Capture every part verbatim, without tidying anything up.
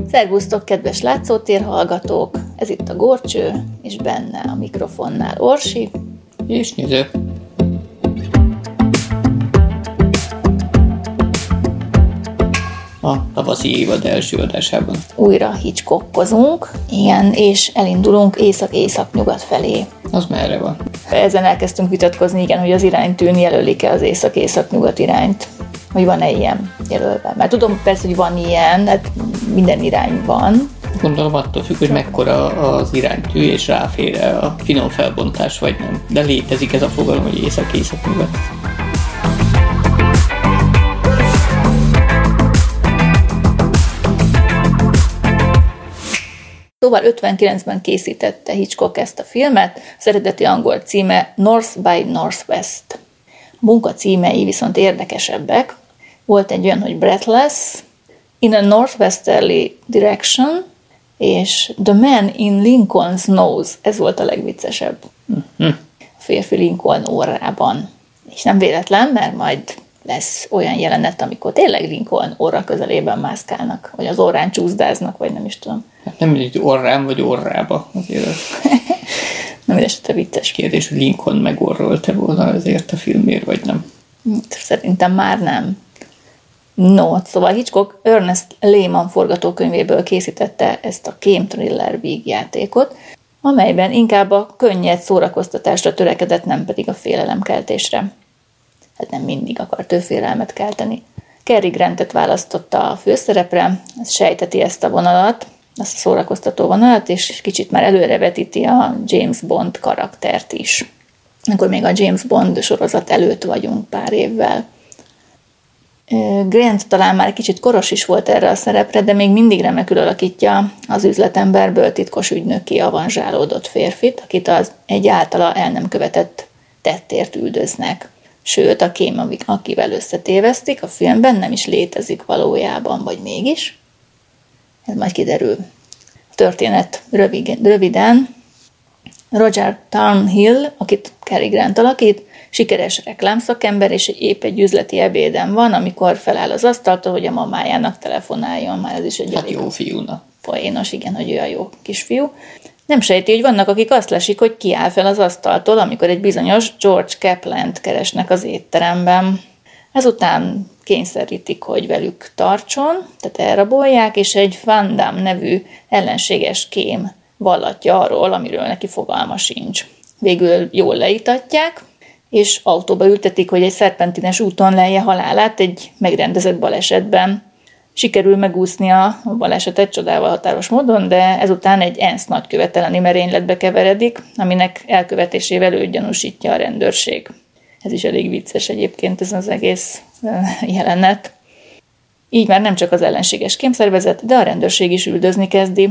Szervusztok, kedves látszótér hallgatók! Ez itt a Górcső, és benne a mikrofonnál Orsi és Nyüző. A tavaszi évad első adásában újra Hitchcockozunk, igen, és elindulunk észak-észak-nyugat felé. Az merre van? Ezen elkezdtünk vitatkozni, igen, hogy az iránytűn jelölik-e az észak-észak-nyugat irányt, hogy van-e ilyen jelölve. Mert tudom persze, hogy van ilyen, hát minden irány van. Gondolom attól függ, hogy mekkora az iránytű, és ráfér a finom felbontás, vagy nem. De létezik ez a fogalom, hogy észak-észak-nyugat. Szóval ötvenkilencben készítette Hitchcock ezt a filmet, az eredeti angol címe North by Northwest. A munka címei viszont érdekesebbek. Volt egy olyan, hogy Breathless, In a Northwesterly Direction, és The Man in Lincoln's Nose. Ez volt a legviccesebb. Uh-huh. A férfi Lincoln orrában. És nem véletlen, mert majd lesz olyan jelenet, amikor tényleg Lincoln orra közelében mászkálnak, vagy az orrán csúszdáznak, vagy nem is tudom. Hát nem mindegy, orrán vagy orrába. Azért az nem esetre vicces. Kérdés, hogy Lincoln megorrolt-e volna ezért a filmért, vagy nem? Szerintem már nem. No, szóval Hitchcock Ernest Lehman forgatókönyvéből készítette ezt a kém-thriller vígjátékot, amelyben inkább a könnyed szórakoztatásra törekedett, nem pedig a félelemkeltésre. Hát nem mindig akart ő félelmet kelteni. Cary Grantet választotta a főszerepre, ez sejteti ezt a vonalat, azt a szórakoztató vonalat, és kicsit már előrevetíti a James Bond karaktert is. Akkor még a James Bond sorozat előtt vagyunk pár évvel. Grant talán már kicsit koros is volt erre a szerepre, de még mindig remekül alakítja az üzletemberből titkos ügynöki avanzsálódott férfit, akit az egy általa el nem követett tettért üldöznek. Sőt, a kém, akivel összetévesztik, a filmben nem is létezik valójában, vagy mégis. Ez majd kiderül. A történet röviden. Roger Thornhill, akit Cary Grant alakít, sikeres reklámszakember, és épp egy üzleti ebéden van, amikor feláll az asztaltól, hogy a mamájának telefonáljon. Már ez is egy hát jó fiúna. Poénos, igen, hogy ő a jó kisfiú. Nem sejti, hogy vannak, akik azt lesik, hogy kiáll fel az asztaltól, amikor egy bizonyos George Kaplant keresnek az étteremben. Ezután kényszerítik, hogy velük tartson, tehát elrabolják, és egy Van Damme nevű ellenséges kém vallatja arról, amiről neki fogalma sincs. Végül jól leítatják, és autóba ültetik, hogy egy szerpentines úton lelje halálát egy megrendezett balesetben. Sikerül megúszni a balesetet csodával határos módon, de ezután egy ENSZ nagyköveteleni merényletbe keveredik, aminek elkövetésével őt gyanúsítja a rendőrség. Ez is elég vicces egyébként ez az egész jelenet. Így már nem csak az ellenséges kémszervezet, de a rendőrség is üldözni kezdi.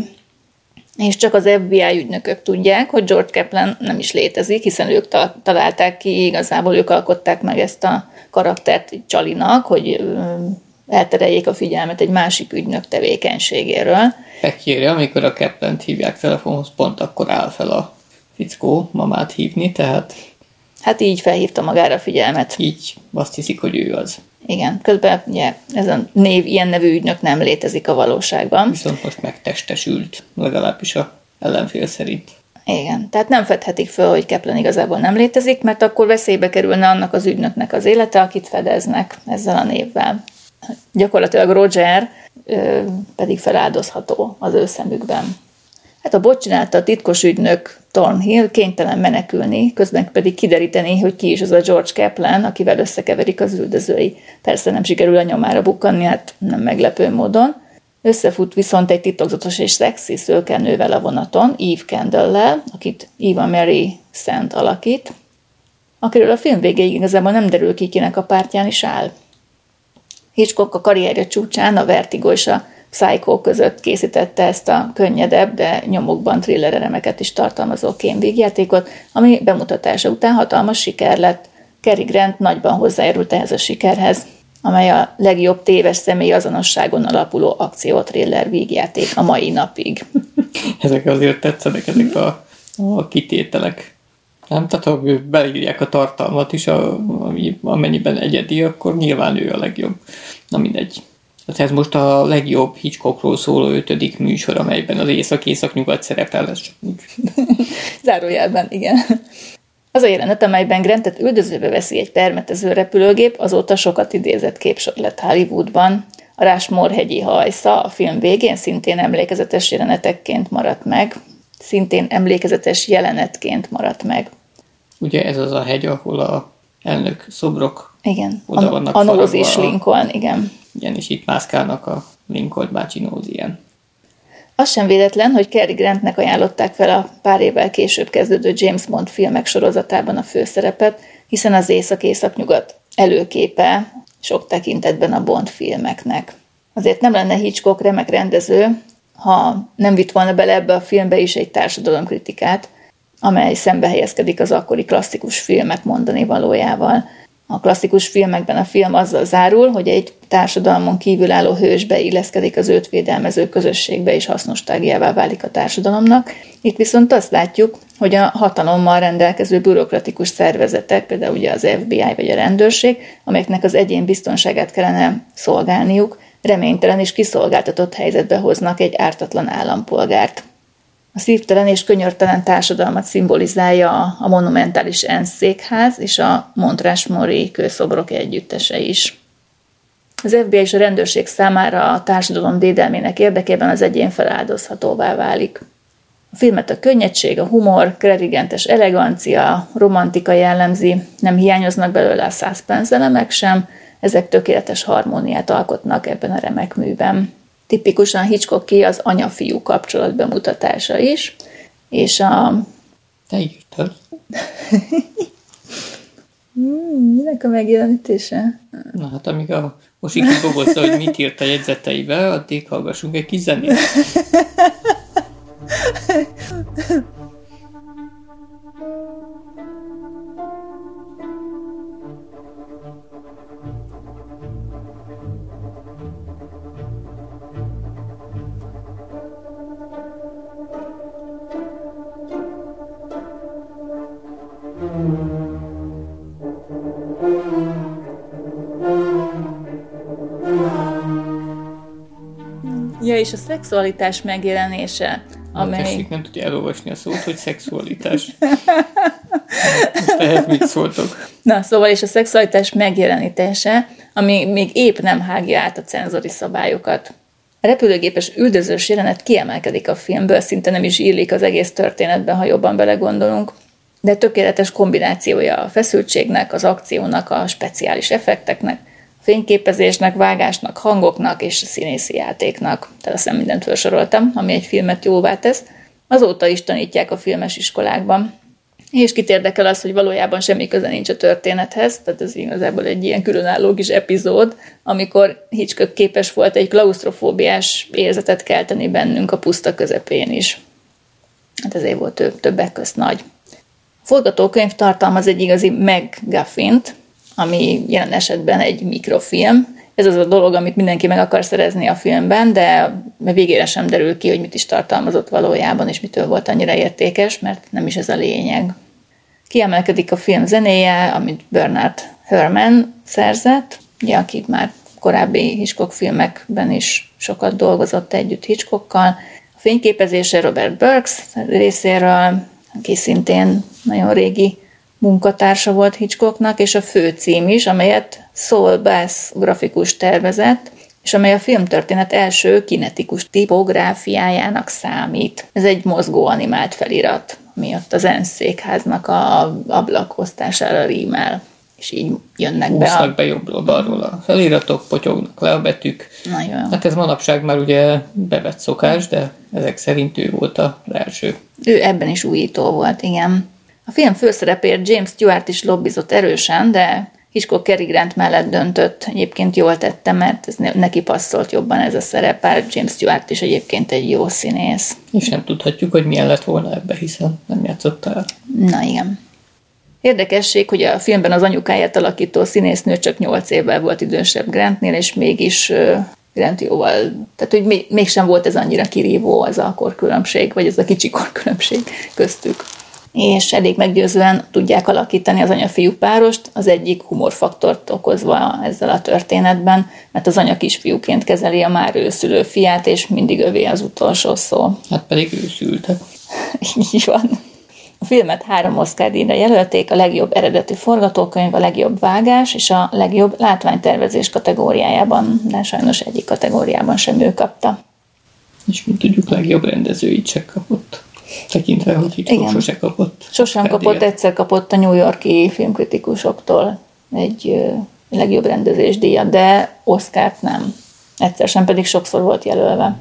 És csak az ef bé i ügynökök tudják, hogy George Kaplan nem is létezik, hiszen ők ta- találták ki, igazából ők alkották meg ezt a karaktert Csalinak, hogy eltereljék a figyelmet egy másik ügynök tevékenységéről. Megkéri, amikor a Kaplant hívják telefonhoz, pont akkor áll fel a fickó mamát hívni, tehát... Hát így felhívta magára a figyelmet. Így azt hiszik, hogy ő az. Igen, közben ugye, ez a név, ilyen nevű ügynök nem létezik a valóságban. Viszont most megtestesült, legalábbis a ellenfél szerint. Igen, tehát nem fedhetik föl, hogy Kaplan igazából nem létezik, mert akkor veszélybe kerülne annak az ügynöknek az élete, akit fedeznek ezzel a névvel. Gyakorlatilag Roger ö, pedig feláldozható az ő szemükben. Hát a bot csinálta a titkos ügynök Thornhill kénytelen menekülni, közben pedig kideríteni, hogy ki is az a George Kaplan, akivel összekeverik az üldözői. Persze nem sikerül a nyomára bukkanni, hát nem meglepő módon. Összefut viszont egy titokzatos és szexi szőkenővel a vonaton, Eve Kendall-lel, akit Eva Mary Szent alakít, akiről a film végéig igazából nem derül ki, kinek a pártján is áll. Hitchcock a karrierje csúcsán a Vertigo és a Psycho között készítette ezt a könnyedebb, de nyomokban thriller elemeket is tartalmazó kémvígjátékot, ami bemutatása után hatalmas siker lett. Cary Grant nagyban hozzájárult ehhez a sikerhez, amely a legjobb téves személyi azonosságon alapuló akció-thriller vígjáték a mai napig. Ezek azért tetszenek, ezek a, a kitételek. Nem, tehát ha beleírják a tartalmat is, a, ami, amennyiben egyedi, akkor nyilván ő a legjobb. Na mindegy. Tehát ez most a legjobb Hitchcockról szóló ötödik műsor, amelyben az észak-észak-nyugat szerepel, lesz csak úgy. Zárójelben, igen. Az a jelenet, amelyben Grantet üldözőbe veszi egy permetező repülőgép, azóta sokat idézett képsor lett Hollywoodban. A Rushmore-hegyi hajsza a film végén szintén emlékezetes jelenetekként maradt meg. Szintén emlékezetes jelenetként maradt meg. Ugye ez az a hegy, ahol a elnök szobrok igen. oda vannak a Nose is Lincoln, igen. Igen, és itt mászkálnak a Lincoln bácsi Nose ilyen. Az sem véletlen, hogy Cary Grantnek ajánlották fel a pár évvel később kezdődő James Bond filmek sorozatában a főszerepet, hiszen az észak-észak-nyugat előképe sok tekintetben a Bond filmeknek. Azért nem lenne Hitchcock remek rendező, ha nem vitt volna bele ebbe a filmbe is egy társadalomkritikát, amely szembe helyezkedik az akkori klasszikus filmek mondani valójával. A klasszikus filmekben a film azzal zárul, hogy egy társadalmon kívülálló hős beilleszkedik az őt védelmező közösségbe, és hasznostágjává válik a társadalomnak. Itt viszont azt látjuk, hogy a hatalommal rendelkező bürokratikus szervezetek, például ugye az ef bé i vagy a rendőrség, amelyeknek az egyén biztonságát kellene szolgálniuk, reménytelen és kiszolgáltatott helyzetbe hoznak egy ártatlan állampolgárt. A szívtelen és könyörtelen társadalmat szimbolizálja a monumentális ENSZ székház és a Mount Rushmore-i kőszobrok együttese is. Az ef bé i és a rendőrség számára a társadalom védelmének érdekében az egyén feláldozhatóvá válik. A filmet a könnyedség, a humor, Cary Grant-es elegancia, romantika jellemzi, nem hiányoznak belőle a suspense elemek sem, ezek tökéletes harmóniát alkotnak ebben a remek műben. Tipikusan Hitchcocki az anya-fiú kapcsolat bemutatása is, és a... Te írtad. hmm, minek a megjelenítése? Na hát amíg a Osi kibogozza, hogy mit írt a jegyzeteibe, addig hallgassunk egy kis zenét. Ja, és a szexualitás megjelenése, amely... Tessék, nem tudja elolvasni a szót, hogy szexualitás. Most ehhez mit szóltok? Na, szóval és a szexualitás megjelenítése, ami még épp nem hágja át a cenzori szabályokat. A repülőgépes üldözős jelenet kiemelkedik a filmből, szinte nem is illik az egész történetben, ha jobban belegondolunk, de tökéletes kombinációja a feszültségnek, az akciónak, a speciális effekteknek, fényképezésnek, vágásnak, hangoknak és színészi játéknak. Tehát azt nem mindent felsoroltam, ami egy filmet jóvá tesz. Azóta is tanítják a filmes iskolákban. És kit érdekel az, hogy valójában semmi köze nincs a történethez, tehát ez igazából egy ilyen különálló kis epizód, amikor Hitchcock képes volt egy klausztrofóbiás érzetet kelteni bennünk a puszta közepén is. Hát ezért volt több, többek közt nagy. A forgatókönyv tartalmaz egy igazi MacGuffint, ami jelen esetben egy mikrofilm. Ez az a dolog, amit mindenki meg akar szerezni a filmben, de végére sem derül ki, hogy mit is tartalmazott valójában, és mitől volt annyira értékes, mert nem is ez a lényeg. Kiemelkedik a film zenéje, amit Bernard Herrmann szerzett, ugye, aki már korábbi Hitchcock filmekben is sokat dolgozott együtt Hitchcockkal. A fényképezése Robert Burks részéről, aki szintén nagyon régi munkatársa volt Hitchcocknak, és a főcím is, amelyet Saul Bass grafikus tervezett, és amely a filmtörténet első kinetikus tipográfiájának számít. Ez egy mozgó animált felirat, ami ott az ENSZ székháznak a ablakosztására rímel, és így jönnek be Úsznak a... be jobbról-balról a feliratok, potyognak le a betűk. Nagyon. Hát ez manapság már ugye bevett szokás, de ezek szerint ő volt az első. Ő ebben is újító volt, igen. A film főszerepért James Stewart is lobbizott erősen, de Hitchcock Cary Grant mellett döntött. Egyébként jól tette, mert ez neki passzolt jobban ez a szerep, bár James Stewart is egyébként egy jó színész. És nem tudhatjuk, hogy milyen lett volna ebbe, hiszen nem játszotta el. Na igen. Érdekesség, hogy a filmben az anyukáját alakító színésznő csak nyolc évvel volt idősebb Grantnél, és mégis Grant jóval, tehát hogy még, mégsem volt ez annyira kirívó az a korkülönbség, vagy ez a kicsi korkülönbség köztük. és elég meggyőzően tudják alakítani az anya-fiú párost, az egyik humorfaktort okozva ezzel a történetben, mert az anya kisfiúként kezeli a már őszülő fiát, és mindig övé az utolsó szó. Hát pedig őszültek. Így van. A filmet három Oscar-díjra jelölték, a legjobb eredeti forgatókönyv, a legjobb vágás és a legjobb látványtervezés kategóriájában, de sajnos egyik kategóriában sem ő kapta. És mint tudjuk, legjobb rendezőit se kapott. Tekintve, hogy Hitchcock sose kapott. Sosem kapott, egyszer kapott a New York-i filmkritikusoktól egy ö, legjobb rendezés díjat, de Oscart nem. Egyszer sem, pedig sokszor volt jelölve.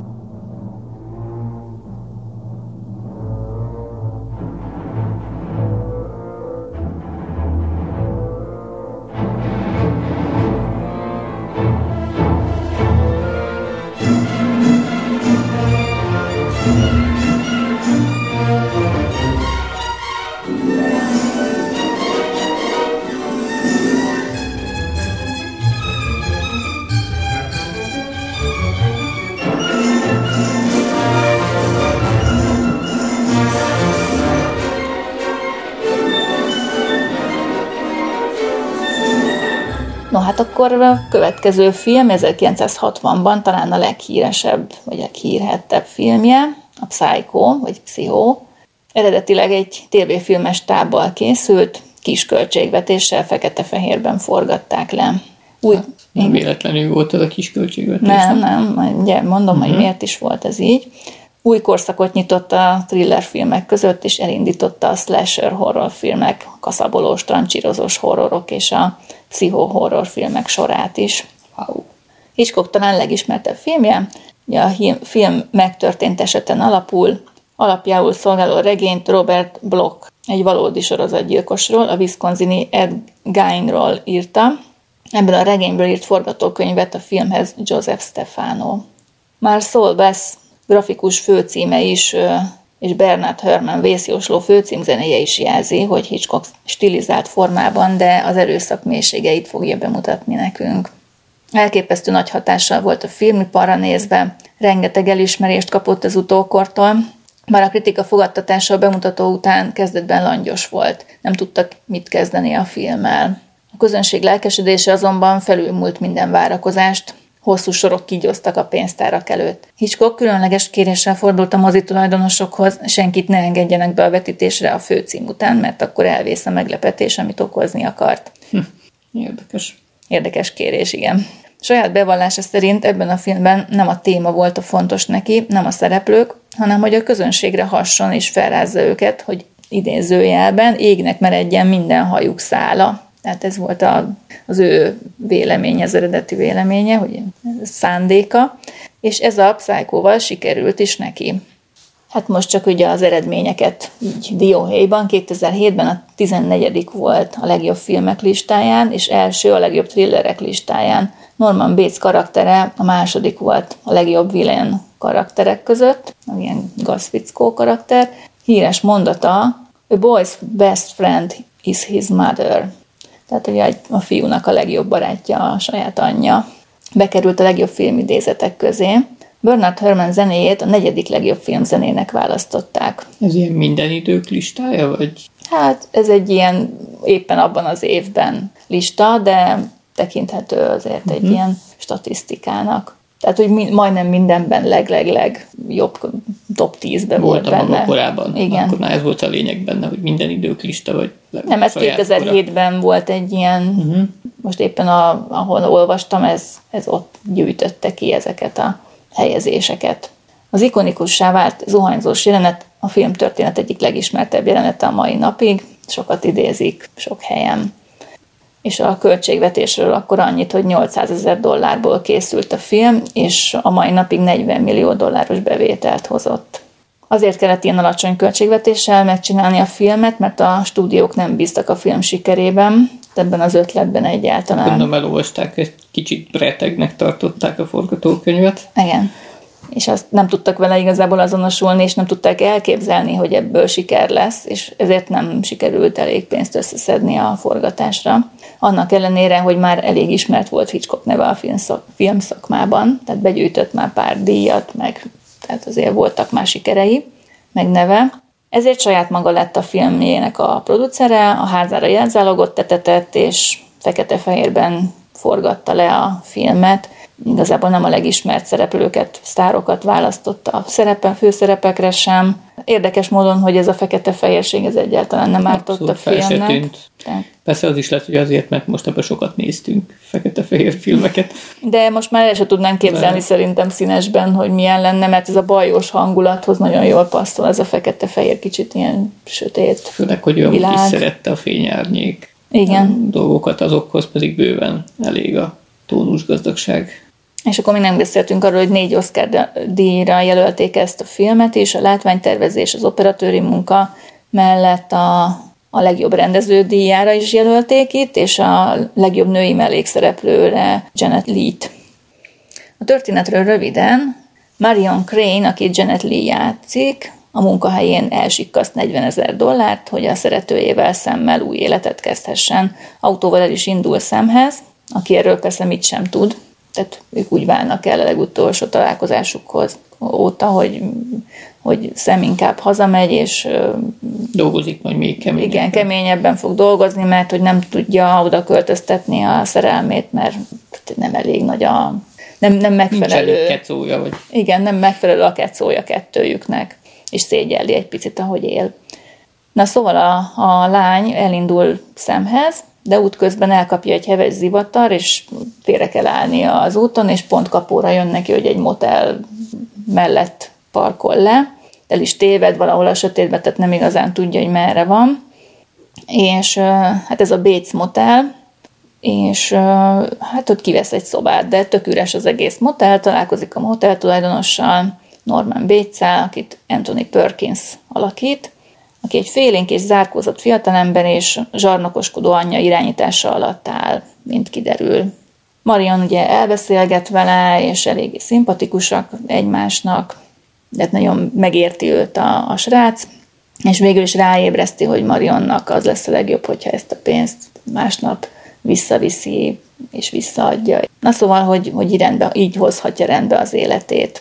No hát akkor a következő film ezerkilencszázhatvanban talán a leghíresebb, vagy leghírhettebb filmje, a Psycho, vagy Pszichó. Eredetileg egy tévéfilmes stábbal készült, kis költségvetéssel, fekete-fehérben forgatták le. Új, hát, nem véletlenül volt ez a kis költségvetés. Nem, nem, majd ugye mondom, uh-huh. hogy miért is volt ez így. Új korszakot nyitott a thriller filmek között, és elindította a slasher horrorfilmek, kaszabolós, trancsírozós horrorok és a pszicho-horror filmek sorát is. Wow. Hitchcock talán legismertebb filmje, ugye a film megtörtént eseten alapul, alapjául szolgáló regényt Robert Bloch, egy valódi sorozatgyilkosról, a wisconsini Ed Geinről írta. Ebben a regényből írt forgatókönyvet a filmhez Joseph Stefano. Már Saul Bass grafikus főcíme is, és Bernard Herrmann vészjósló főcímzenéje is jelzi, hogy Hitchcock stilizált formában, de az erőszak mélységeit fogja bemutatni nekünk. Elképesztő nagy hatással volt a filmiparra nézve, rengeteg elismerést kapott az utókortól, bár a kritika fogadtatása a bemutató után kezdetben langyos volt, nem tudtak mit kezdeni a filmmel. A közönség lelkesedése azonban felülmúlt minden várakozást, hosszú sorok kígyóztak a pénztárak előtt. Hitchcock különleges kéréssel fordult a mozitulajdonosokhoz, senkit ne engedjenek be a vetítésre a főcím után, mert akkor elvész a meglepetés, amit okozni akart. Hm, érdekes. Érdekes kérés, igen. Saját bevallása szerint ebben a filmben nem a téma volt a fontos neki, nem a szereplők, hanem hogy a közönségre hasson és felrázza őket, hogy idézőjelben égnek meredjen minden hajuk szála. Tehát ez volt a, az ő véleménye, az eredeti véleménye, hogy szándéka, és ez a Psychóval sikerült is neki. Hát most csak ugye az eredményeket így dióhéjban, kétezer-hétben a tizennegyedik volt a legjobb filmek listáján, és első a legjobb thrillerek listáján. Norman Bates karaktere a második volt a legjobb villain karakterek között, ilyen gazfickó karakter. Híres mondata, a boy's best friend is his mother. Tehát ugye a fiúnak a legjobb barátja a saját anyja. Bekerült a legjobb filmidézetek közé. Bernard Herrmann zenéjét a negyedik legjobb filmzenének választották. Ez ilyen minden idők listája, vagy? Hát ez egy ilyen éppen abban az évben lista, de tekinthető azért uh-huh. egy ilyen statisztikának. Tehát, hogy mi, majdnem mindenben leg-leg-leg jobb top tízbe volt, volt benne. Volt korábban. Igen. Akkor már ez volt a lényeg benne, hogy minden idők lista, vagy... Nem, ez kétezer-hétben kora. Volt egy ilyen, uh-huh. most éppen a, ahol olvastam, ez, ez ott gyűjtötte ki ezeket a helyezéseket. Az ikonikussá vált zuhanyzós jelenet a filmtörténet egyik legismertebb jelenete a mai napig, sokat idézik sok helyen. És a költségvetésről akkor annyit, hogy nyolcszázezer dollárból készült a film, és a mai napig negyven millió dolláros bevételt hozott. Azért kellett ilyen alacsony költségvetéssel megcsinálni a filmet, mert a stúdiók nem bíztak a film sikerében, ebben az ötletben egyáltalán. Gondolom elolvasták, egy kicsit retegnek tartották a forgatókönyvet. Igen. És azt nem tudtak vele igazából azonosulni, és nem tudták elképzelni, hogy ebből siker lesz, és ezért nem sikerült elég pénzt összeszedni a forgatásra. Annak ellenére, hogy már elég ismert volt Hitchcock neve a filmszakmában, tehát begyűjtött már pár díjat, meg tehát azért voltak már sikerei, meg neve. Ezért saját maga lett a filmjének a producere, a házára jelzálogot tetetett, és fekete-fehérben forgatta le a filmet. Igazából nem a legismert szereplőket, sztárokat választotta a szerepe, főszerepekre sem. Érdekes módon, hogy ez a fekete-fehérség ez egyáltalán nem ártott a filmnek. Persze az is lehet, hogy azért, mert most ebben sokat néztünk fekete-fehér filmeket. De most már el sem tudnánk képzelni De... szerintem színesben, hogy milyen lenne, mert ez a bajos hangulathoz nagyon jól passzol, ez a fekete-fehér kicsit ilyen sötét. Főleg, hogy ő is szerette a fényárnyék. Igen. Dolgokat, azokhoz pedig bőven elég a tónusgazdagság. És akkor még nem beszéltünk arról, hogy négy Oscar díjra jelölték ezt a filmet, és a látványtervezés, az operatőri munka mellett a, a legjobb rendező díjára is jelölték itt, és a legjobb női mellékszereplőre Janet Leigh-t. A történetről röviden, Marion Crane, aki Janet Leigh játszik, a munkahelyén elsikkaszt negyvenezer dollárt, hogy a szeretőjével Sammel új életet kezdhessen. Autóval el is indul Samhez, aki erről persze mit sem tud, tehát ők úgy válnak el a legutolsó találkozásukhoz óta, hogy, hogy Sam inkább hazamegy, és dolgozik majd még keményebben. Igen, keményebben fog dolgozni, mert hogy nem tudja oda költöztetni a szerelmét, mert nem elég nagy a... Nem, nem megfelelő... Nincs elég kecója, vagy... Igen, nem megfelelő a kecója kettőjüknek, és szégyelli egy picit, ahogy él. Na szóval a, a lány elindul Samhez, de útközben elkapja egy heves zivatar, és félre kell állni az úton, és pont kapóra jön neki, hogy egy motel mellett parkol le. El is téved valahol a sötétbe, tehát nem igazán tudja, hogy merre van. És hát ez a Bates motel, és hát ott kivesz egy szobát, de tök üres az egész motel, találkozik a motel tulajdonossal, Norman Bates-szel, akit Anthony Perkins alakít, aki egy félénk és zárkózott fiatalember és zsarnokoskodó anyja irányítása alatt áll, mint kiderül. Marion ugye elbeszélget vele, és eléggé szimpatikusak egymásnak, de nagyon megérti őt a, a srác, és végül is ráébreszti, hogy Marionnak az lesz a legjobb, hogyha ezt a pénzt másnap visszaviszi és visszaadja. Na szóval, hogy, hogy így, rendbe, így hozhatja rendbe az életét.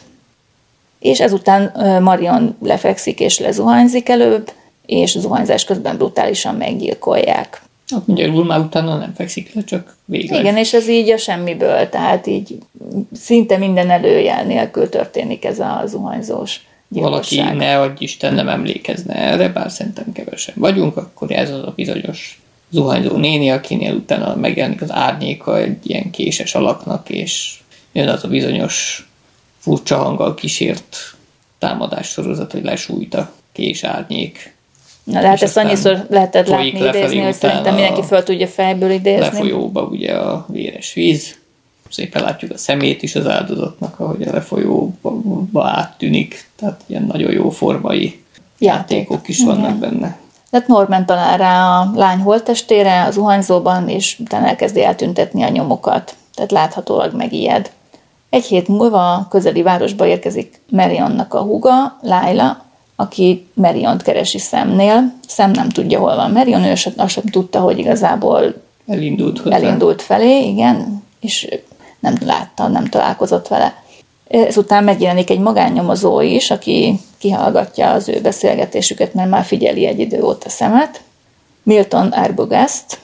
És ezután Marion lefekszik és lezuhanyzik előbb, és zuhanyzás közben brutálisan meggyilkolják. Magyarul már utána nem fekszik le, csak végleg. Igen, és ez így a semmiből, tehát így szinte minden előjel nélkül történik ez a zuhanyzós gyilkosság. Valaki, ne adj Isten, nem emlékezne erre, bár szerintem kevesen vagyunk, akkor ez az a bizonyos zuhanyzó néni, akinél utána megjelenik az árnyéka egy ilyen késes alaknak, és jön az a bizonyos furcsa hanggal kísért támadássorozat, hogy lesújt a kés árnyék. Na, de hát ezt annyiszor lehetett látni, idézni, hogy szerintem mindenki föl tudja fejből idézni. Lefolyóba ugye a véres víz. Szépen látjuk a szemét is az áldozatnak, ahogy a lefolyóba áttűnik. Tehát ilyen nagyon jó formai játék. játékok is vannak igen. benne. Tehát Norman talál rá a lány holttestére az zuhanyzóban, és utána elkezdi eltüntetni a nyomokat. Tehát láthatólag megijed. Egy hét múlva a közeli városba érkezik Marionnak a húga, Lila, aki Mariont keresi Samnél. Sam nem tudja, hol van Marion, ő azt sem tudta, hogy igazából elindult, elindult felé, igen, és nem látta, nem találkozott vele. Ezután megjelenik egy magánnyomozó is, aki kihallgatja az ő beszélgetésüket, mert már figyeli egy idő óta Samet. Milton Arbogast,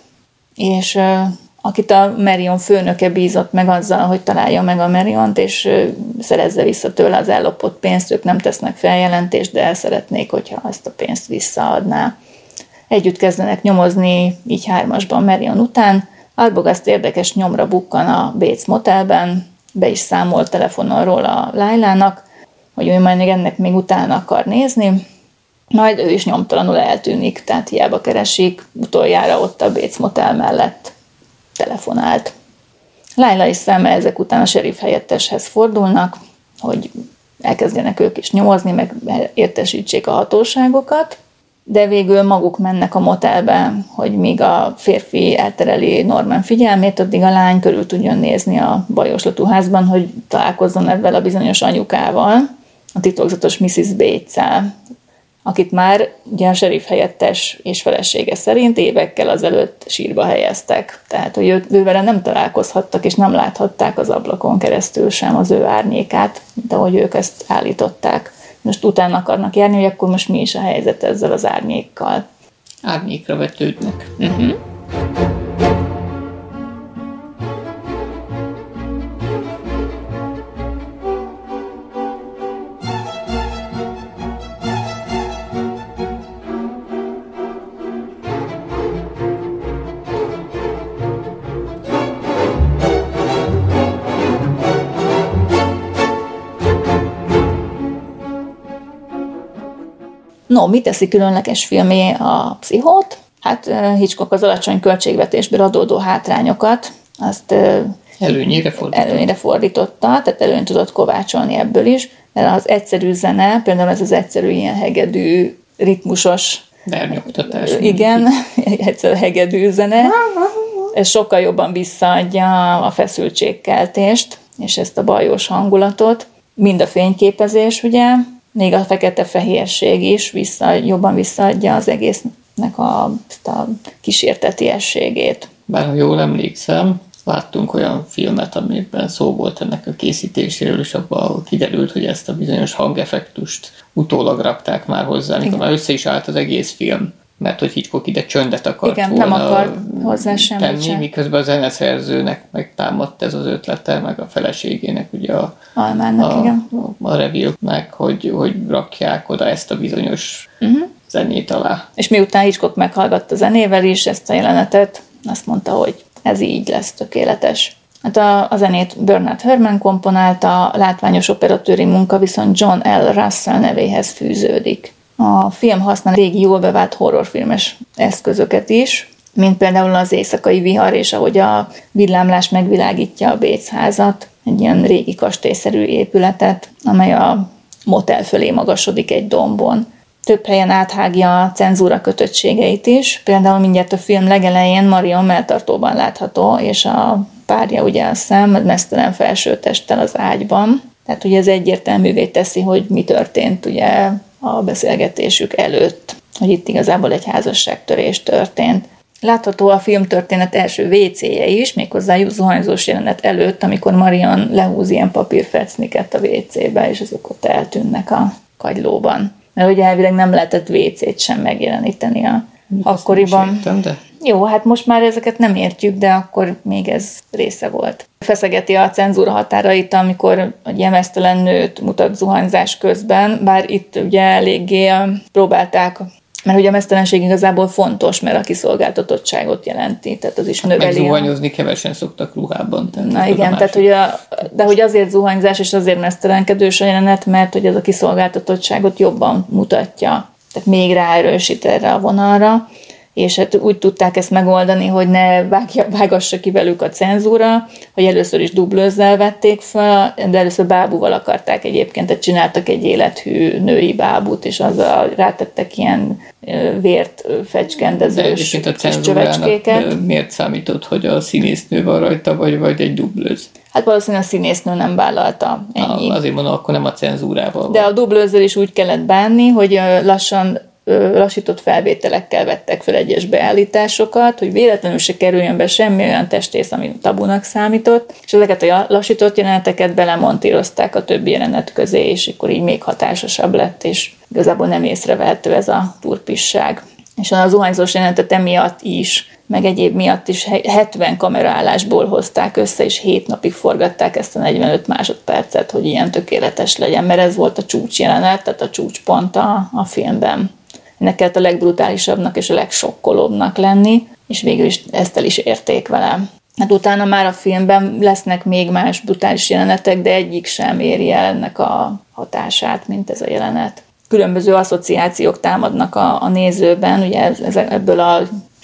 és akit a Marion főnöke bízott meg azzal, hogy találja meg a Mariont, és szerezze vissza tőle az ellopott pénzt. Ők nem tesznek feljelentést, de el szeretnék, hogyha ezt a pénzt visszaadná. Együtt kezdenek nyomozni, így hármasban Marion után. Arbogast érdekes nyomra bukkan a Bates motelben, be is számolt telefonon róla Lilának, hogy ő majd ennek még utána akar nézni, majd ő is nyomtalanul eltűnik, tehát hiába keresik, utoljára ott a Bates motel mellett telefonált. Lila és Sam ezek után a sheriff helyetteshez fordulnak, hogy elkezdjenek ők is nyomozni, meg értesítsék a hatóságokat, de végül maguk mennek a motelbe, hogy míg a férfi eltereli Norman figyelmét, addig a lány körül tudjon nézni a bajoslatú házban, hogy találkozzon ebben a bizonyos anyukával, a titokzatos missus Bates-szel, akit már ugye a sheriff helyettes és felesége szerint évekkel azelőtt sírba helyeztek. Tehát, hogy ő, ővele nem találkozhattak, és nem láthatták az ablakon keresztül sem az ő árnyékát, mint ahogy ők ezt állították. most utána akarnak járni, hogy akkor most mi is a helyzet ezzel az árnyékkal. Árnyékra vetődnek. Uh-huh. No, mit teszi különleges filmé a Pszichót? Hát Hitchcock az alacsony költségvetésből adódó hátrányokat, azt előnyére fordította. előnyére fordította, tehát előny tudott kovácsolni ebből is, mert az egyszerű zene, például ez az egyszerű ilyen hegedű, ritmusos, vernyoktatás. Igen, egyszerű hegedű zene, ez sokkal jobban visszaadja a feszültségkeltést, és ezt a bajós hangulatot. Mind a fényképezés, ugye, még a fekete-fehérség is vissza, jobban visszaadja az egésznek a, a kísértetiességét. Bár ha jól emlékszem, láttunk olyan filmet, amiben szó volt ennek a készítéséről, és abban kiderült, hogy ezt a bizonyos hangeffektust utólag rakták már hozzá, amikor már össze is állt az egész film, mert hogy Hitchcock ide csöndet akart Igen, volna nem akart hozzá semmit tenni, sem. miközben a zeneszerzőnek megtámadt ez az ötlete, meg a feleségének, ugye a, Almának, a, igen. a, a Reville-nek, hogy, hogy rakják oda ezt a bizonyos uh-huh. zenét alá. És miután Hitchcock meghallgatta zenével is ezt a jelenetet, azt mondta, hogy ez így lesz tökéletes. Hát a, a zenét Bernard Herrmann komponálta, a látványos operatőri munka viszont John L. Russell nevéhez fűződik. A film használ régi, jól bevált horrorfilmes eszközöket is, mint például az éjszakai vihar, és ahogy a villámlás megvilágítja a Bates házat, egy ilyen régi kastélyszerű épületet, amely a motel fölé magasodik egy dombon. Több helyen áthágja a cenzúra kötöttségeit is, például mindjárt a film legelején Marion melltartóban látható, és a párja ugye a szem meztelen felsőtesttel az ágyban. Tehát ugye ez egyértelművé teszi, hogy mi történt ugye a beszélgetésük előtt, hogy itt igazából egy házasságtörés történt. Látható a filmtörténet első vécéje is, méghozzá zuhanyzós jelenet előtt, amikor Marion lehúz ilyen papírfecniket a vécébe, és azok ott eltűnnek a kagylóban. Mert ugye elvileg nem lehetett vécét sem megjeleníteni a akkoriban. Értem, de... Jó, hát most már ezeket nem értjük, de akkor még ez része volt. Feszegeti a cenzúra határait, amikor a gyemeztelen nőt mutat zuhanyzás közben, bár itt ugye eléggé próbálták, mert ugye a meztelenség igazából fontos, mert a kiszolgáltatottságot jelenti, tehát az is növeli. Meg zuhanyozni kevesen szoktak ruhában. Na igen, tehát hogy a, de hogy azért zuhanyzás és azért meztelenkedős a jelenet, mert hogy ez a kiszolgáltatottságot jobban mutatja, tehát még ráerősít erre a vonalra, és hát úgy tudták ezt megoldani, hogy ne vágja, vágassa ki velük a cenzúra, hogy először is dublőzzel vették fel, de először bábúval akarták egyébként, tehát csináltak egy élethű női bábút, és azzal rátettek ilyen vért fecskendezős kis csövecskéket. Miért számított, hogy a színésznő van rajta, vagy, vagy egy dublőz? Hát valószínűleg a színésznő nem vállalta, ennyi. Ah, azért mondom, akkor nem a cenzúrával. De a dublőzzel is úgy kellett bánni, hogy lassan lassított felvételekkel vettek fel egyes beállításokat, hogy véletlenül se kerüljön be semmi olyan testész, ami tabunak számított, és ezeket a lassított jeleneteket belemontírozták a többi jelenet közé, és akkor így még hatásosabb lett, és igazából nem észrevehető ez a turpisság. És a zuhanyzós jelenetet emiatt is, meg egyéb miatt is hetven kameraállásból hozták össze, és hét napig forgatták ezt a negyvenöt másodpercet, hogy ilyen tökéletes legyen, mert ez volt a csúcsjelenet, tehát a csúcspont a, a filmben. Ennek kellett a legbrutálisabbnak és a legsokkolóbbnak lenni, és végül is ezt el is érték vele. Hát utána már a filmben lesznek még más brutális jelenetek, de egyik sem éri el ennek a hatását, mint ez a jelenet. Különböző asszociációk támadnak a, a nézőben, ugye ez, ez ebből a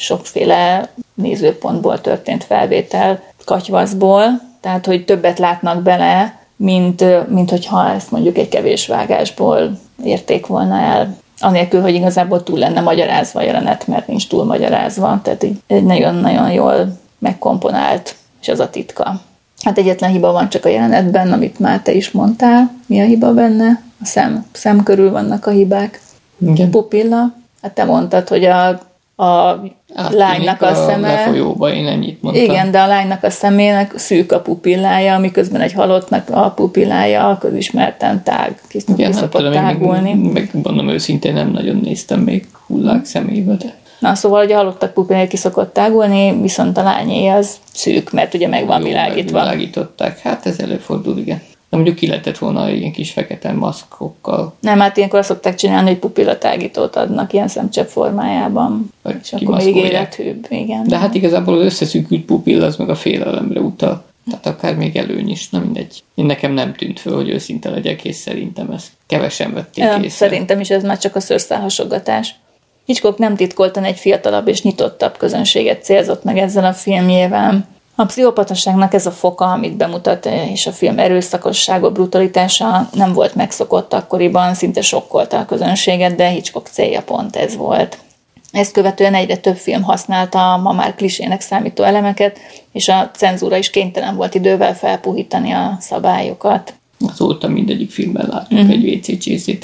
sokféle nézőpontból történt felvétel katyvaszból, tehát hogy többet látnak bele, mint, mint hogyha ezt mondjuk egy kevés vágásból érték volna el. Anélkül, hogy igazából túl lenne magyarázva a jelenet, mert nincs túl magyarázva. Tehát egy nagyon-nagyon jól megkomponált, és az a titka. Hát egyetlen hiba van csak a jelenetben, amit már te is mondtál. Mi a hiba benne? A szem, szem körül vannak a hibák. Igen. Pupilla. Hát te mondtad, hogy a a lánynak a szeme... a lefolyóba, én ennyit mondtam. Igen, de a lánynak a szemének szűk a pupillája, miközben egy halottnak a pupillája közismerten tág, kis igen, ki szokott tudom, tágulni. Meg, meg mondom őszintén, nem nagyon néztem még hullák szemébe, de... Na, szóval, hogy a halottak pupillája ki szokott tágulni, viszont a lányé az szűk, mert ugye meg van világítva. Világították, hát ez előfordul, igen. De mondjuk ki lehetett volna ilyen kis fekete maszkokkal. Nem, hát ilyenkor azt szokták csinálni, hogy pupillatágítót adnak ilyen szemcsepp formájában. Vagy és akkor még élethűbb, igen. De hát igazából az összeszűkült pupill az meg a félelemre utal. Tehát akár még előny is, na mindegy. Én nekem nem tűnt föl, hogy őszinte legyek, és szerintem ezt kevesen vették ja, észre. Szerintem is ez már csak a szőrszálhasogatás. Hitchcock nem titkoltan egy fiatalabb és nyitottabb közönséget célzott meg ezzel a filmjével. A pszichopataságnak ez a foka, amit bemutat, és a film erőszakossága, brutalitása nem volt megszokott akkoriban, szinte sokkolta a közönséget, de Hitchcock célja pont ez volt. Ezt követően egyre több film használta a ma már klisének számító elemeket, és a cenzúra is kénytelen volt idővel felpuhítani a szabályokat. Azóta mindegyik filmben láttuk mm. egy vé cé csészét.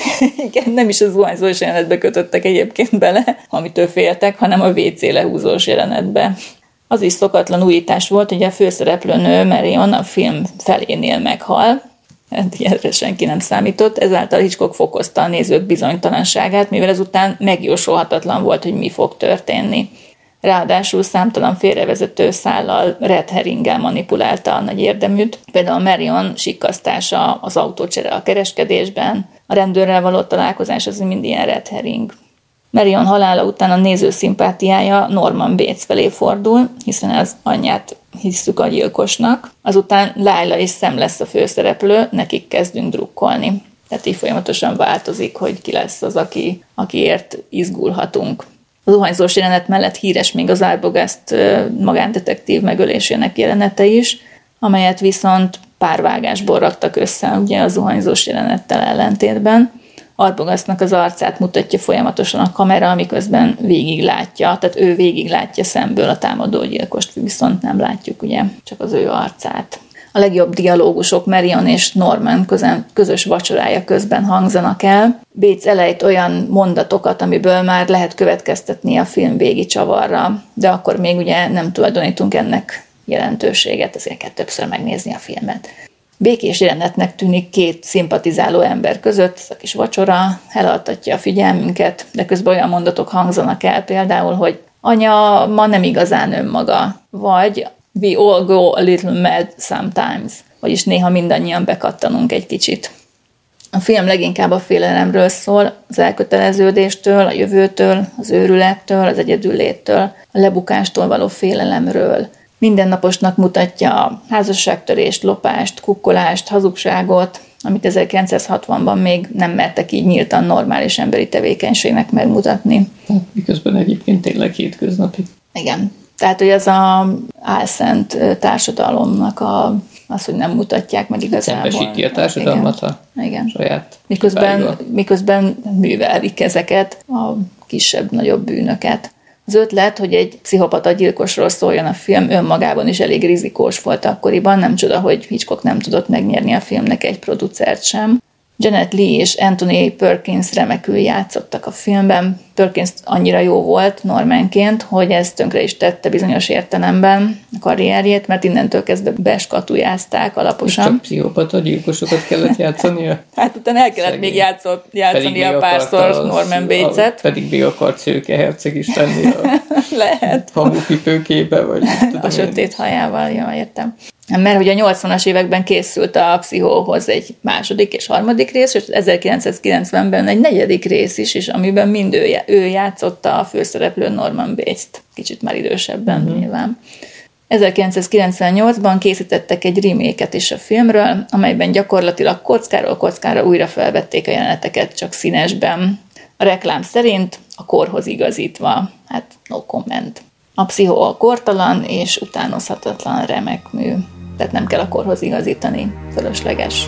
Igen, nem is a zuhanyzós jelenetbe kötöttek egyébként bele, amitől féltek, hanem a vé cé lehúzós jelenetbe. Az is szokatlan újítás volt, hogy a főszereplőnő Marion a film felénél meghal, erre senki nem számított, ezáltal Hitchcock fokozta a nézők bizonytalanságát, mivel ezután megjósolhatatlan volt, hogy mi fog történni. Ráadásul számtalan félrevezető szállal, red herringgel manipulálta a nagy érdeműt. Például Marion sikkasztása, az autócsere a kereskedésben, a rendőrrel való találkozás az mind ilyen red herring. Marion halála után a néző szimpátiája Norman Bates felé fordul, hiszen az anyját hisszük a gyilkosnak. Azután Lila és Sam lesz a főszereplő, nekik kezdünk drukkolni. Tehát így folyamatosan változik, hogy ki lesz az, aki, akiért izgulhatunk. A zuhanyzós jelenet mellett híres még az Arbogast magándetektív megölésének jelenete is, amelyet viszont párvágásból raktak össze ugye a zuhanyzós jelenettel ellentétben. Arbogastnak az arcát mutatja folyamatosan a kamera, miközben végig látja, tehát ő végig látja szemből a támadógyilkost, viszont nem látjuk ugye csak az ő arcát. A legjobb dialógusok Marion és Norman közös vacsorája közben hangzanak el. Bates elejt olyan mondatokat, amiből már lehet következtetni a film végi csavarra, de akkor még ugye nem tulajdonítunk ennek jelentőséget, ezért kell többször megnézni a filmet. Békés jelenetnek tűnik két szimpatizáló ember között, ez a kis vacsora elaltatja a figyelmünket, de közben olyan mondatok hangzanak el például, hogy anya ma nem igazán önmaga, vagy we all go a little mad sometimes, vagyis néha mindannyian bekattanunk egy kicsit. A film leginkább a félelemről szól, az elköteleződéstől, a jövőtől, az őrülettől, az egyedülléttől, a lebukástól való félelemről. Mindennaposnak mutatja a házasságtörést, lopást, kukkolást, hazugságot, amit ezerkilencszázhatvanban még nem mertek így nyíltan normális emberi tevékenységnek megmutatni. Miközben egyébként tényleg hétköznapi. Igen. Tehát, hogy ez az álszent társadalomnak a, az, hogy nem mutatják meg igazából. Szembesíti a társadalmat a Igen. saját miközben, miközben művelik ezeket a kisebb-nagyobb bűnöket. Az ötlet, hogy egy pszichopata gyilkosról szóljon a film, önmagában is elég rizikós volt akkoriban, nem csoda, hogy Hitchcock nem tudott megnyerni a filmnek egy producert sem. Janet Leigh és Anthony Perkins remekül játszottak a filmben. Perkins annyira jó volt Normanként, hogy ez tönkre is tette bizonyos értelemben a karrierjét, mert innentől kezdve beskatujázták alaposan. Csak pszichopata gyilkosokat kellett játszania? Hát utána el kellett Szegény. még játszott, játszania párszor Norman Bates-et. Pedig még akart Szőke herceg is lenni a Lehet. hamupipőkébe, vagy a sötét hajával, ja, értem. Mert hogy a nyolcvanas években készült a Pszichóhoz egy második és harmadik rész, és ezerkilencszázkilencvenben egy negyedik rész is, és amiben mind ő, ő játszotta a főszereplő Norman Bates-t, kicsit már idősebben mm-hmm. nyilván. ezerkilencszázkilencvennyolcban készítettek egy remake-et is a filmről, amelyben gyakorlatilag kockáról kockára újra felvették a jeleneteket, csak színesben. A reklám szerint a korhoz igazítva, hát no comment. A Pszichó kortalan és utánozhatatlan remek mű. Tehát nem kell a korhoz igazítani, fölösleges.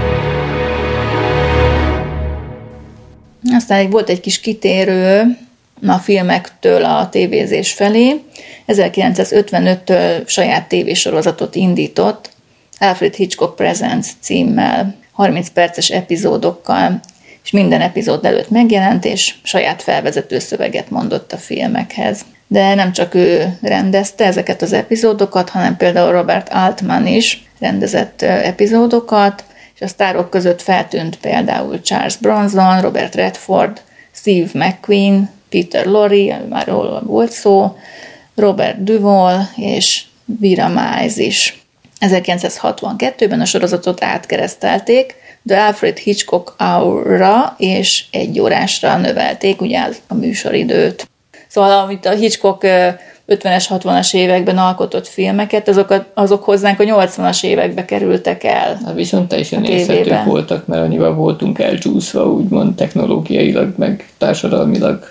Aztán volt egy kis kitérő a filmektől a tévézés felé. ezerkilencszázötvenöttől saját tévésorozatot indított, Alfred Hitchcock Presents címmel, harminc perces epizódokkal, és minden epizód előtt megjelent, és saját felvezető szöveget mondott a filmekhez. De nem csak ő rendezte ezeket az epizódokat, hanem például Robert Altman is rendezett epizódokat, és a sztárok között feltűnt például Charles Bronson, Robert Redford, Steve McQueen, Peter Lorre, már róla volt szó, Robert Duvall és Vera Miles is. ezerkilencszázhatvankettőben a sorozatot átkeresztelték, de Alfred Hitchcock Hour-ra és egy órásra növelték ugye a műsoridőt. Szóval amit a Hitchcock ötvenes, hatvanas években alkotott filmeket, azok, azok hozzánk a nyolcvanas évekbe kerültek el. Hát viszont teljesen érthetők voltak, mert annyival voltunk elcsúszva, úgymond technológiailag, meg társadalmilag.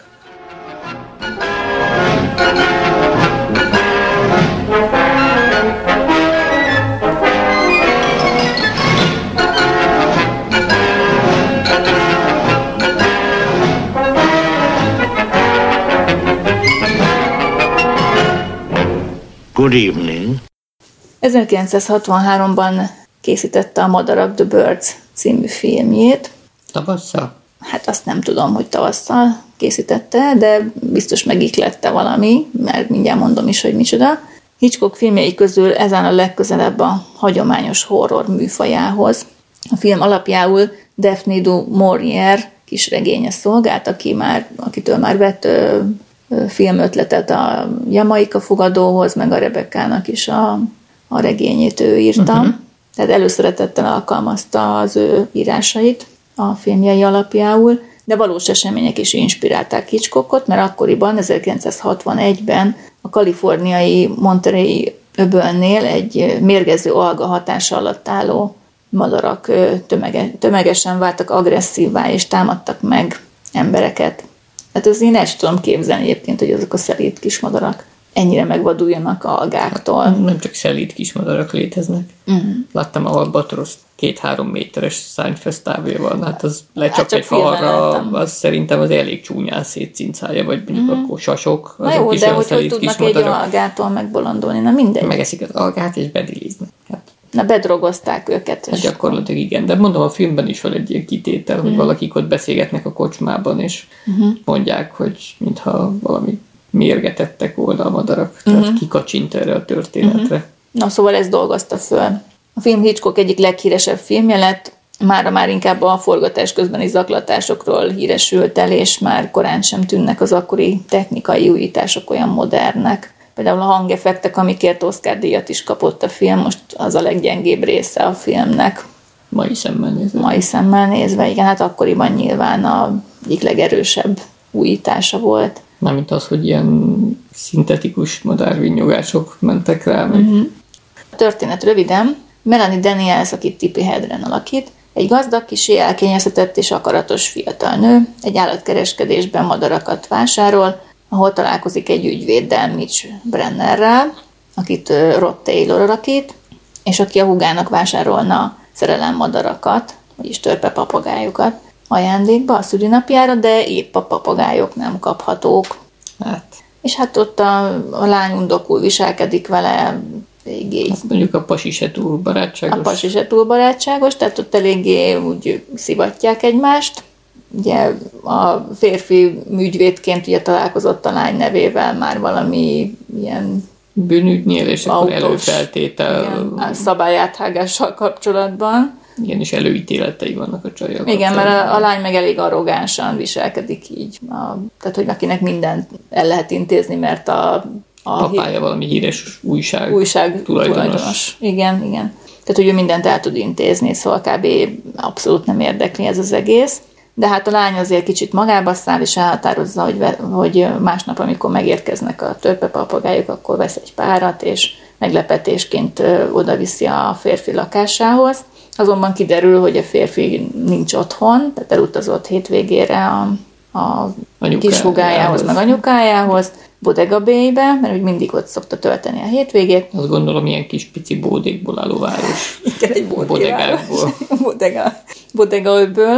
Good evening. ezerkilencszázhatvanháromban készítette a Madarak The Birds című filmjét. Tavasszal? Hát azt nem tudom, hogy tavasszal készítette, de biztos megiklette valami, mert mindjárt mondom is, hogy micsoda. Hitchcock filmjei közül ezen a legközelebb a hagyományos horror műfajához. A film alapjául Daphne du Maurier kisregénye szolgált, aki már, akitől már vett ö, ö, filmötletet a Jamaika fogadóhoz, meg a Rebecca-nak is a, a regényét ő írta. Uh-huh. Tehát előszeretettel alkalmazta az ő írásait a filmjei alapjául, de valós események is inspirálták Hitchcockot, mert akkoriban, ezerkilencszázhatvanegyben a kaliforniai Monterey öbölnél egy mérgező alga hatása alatt álló madarak tömege, tömegesen váltak agresszívvá, és támadtak meg embereket. Hát ezt én el sem tudom képzelni egyébként, hogy azok a szelíd kis madarak ennyire megvaduljanak algáktól. Hát, nem csak szelíd kis madarak léteznek. Uh-huh. Láttam a albatrosz két-három méteres szárnyfesztávja van, hát az lecsap hát egy falra, az szerintem az elég csúnyán szétcincálja, vagy mondjuk uh-huh. akkor sasok. Na jó, de hogy, hogy tudnak egy algától megbolondulni, na mindegy. Megeszik az algát és bediliznek. Hát. Na bedrogozták őket. Hát gyakorlatilag igen, de mondom, a filmben is van egy ilyen kitétel, hogy uh-huh. valakik ott beszélgetnek a kocsmában, és uh-huh. mondják, hogy mintha valami mérgetettek volna a madarak, tehát uh-huh. kikacsint erre a történetre. Uh-huh. Na szóval ezt dolgozta föl. A film Hitchcock egyik leghíresebb filmje lett, mára már inkább a forgatás közbeni zaklatásokról híresült el, és már korán sem tűnnek az akkori technikai újítások olyan modernek. Például a hangeffektek, amikért Oscar-díjat is kapott a film, most az a leggyengébb része a filmnek. Mai szemmel nézve. Mai szemmel nézve, igen, hát akkoriban nyilván a egyik legerősebb újítása volt. Mármint az, hogy ilyen szintetikus madárvinnyogások mentek rá. Meg. Uh-huh. A történet röviden. Melanie Daniels, akit Tippi Hedren alakít, egy gazdag, kissé elkényeztetett és akaratos fiatal nő, egy állatkereskedésben madarakat vásárol, ahol találkozik egy ügyvéddel, Mitch Brennerrel, akit Rod Taylor alakít, és aki a húgának vásárolna szerelemmadarakat, vagyis törpepapagájokat ajándékba a szülinapjára, de épp a papagájok nem kaphatók. Hát. És hát ott a, a lány undokul viselkedik vele, eléggé... Azt mondjuk a pasi se túl barátságos. A pasi se túl barátságos, tehát ott eléggé úgy szivatják egymást. Ugye a férfi ügyvédként ugye találkozott a lány nevével már valami ilyen bűnügynél, és akkor előfeltétel. Igen, szabályáthágással kapcsolatban. Igen, és előítéletei vannak a csajjal. Igen, mert a, a lány meg elég arrogánsan viselkedik így. A, tehát, hogy akinek mindent el lehet intézni, mert a... a papája hí... valami híres újság, újság tulajdonos. tulajdonos. Igen, igen. Tehát, hogy ő mindent el tud intézni, szóval kb. Abszolút nem érdekli ez az egész. De hát a lány azért kicsit magába száll, és elhatározza, hogy, hogy másnap, amikor megérkeznek a törpepapagályok, akkor vesz egy párat, és meglepetésként odaviszi a férfi lakásához. Azonban kiderül, hogy a férfi nincs otthon, tehát elutazott hétvégére a, a kishúgájához, meg anyukájához, Bodega Bay-be, mert úgy mindig ott szokta tölteni a hétvégét. Azt gondolom, ilyen kis pici bódékból álló város. Igen, egy bódéváros. Bodega. Bodega öbből.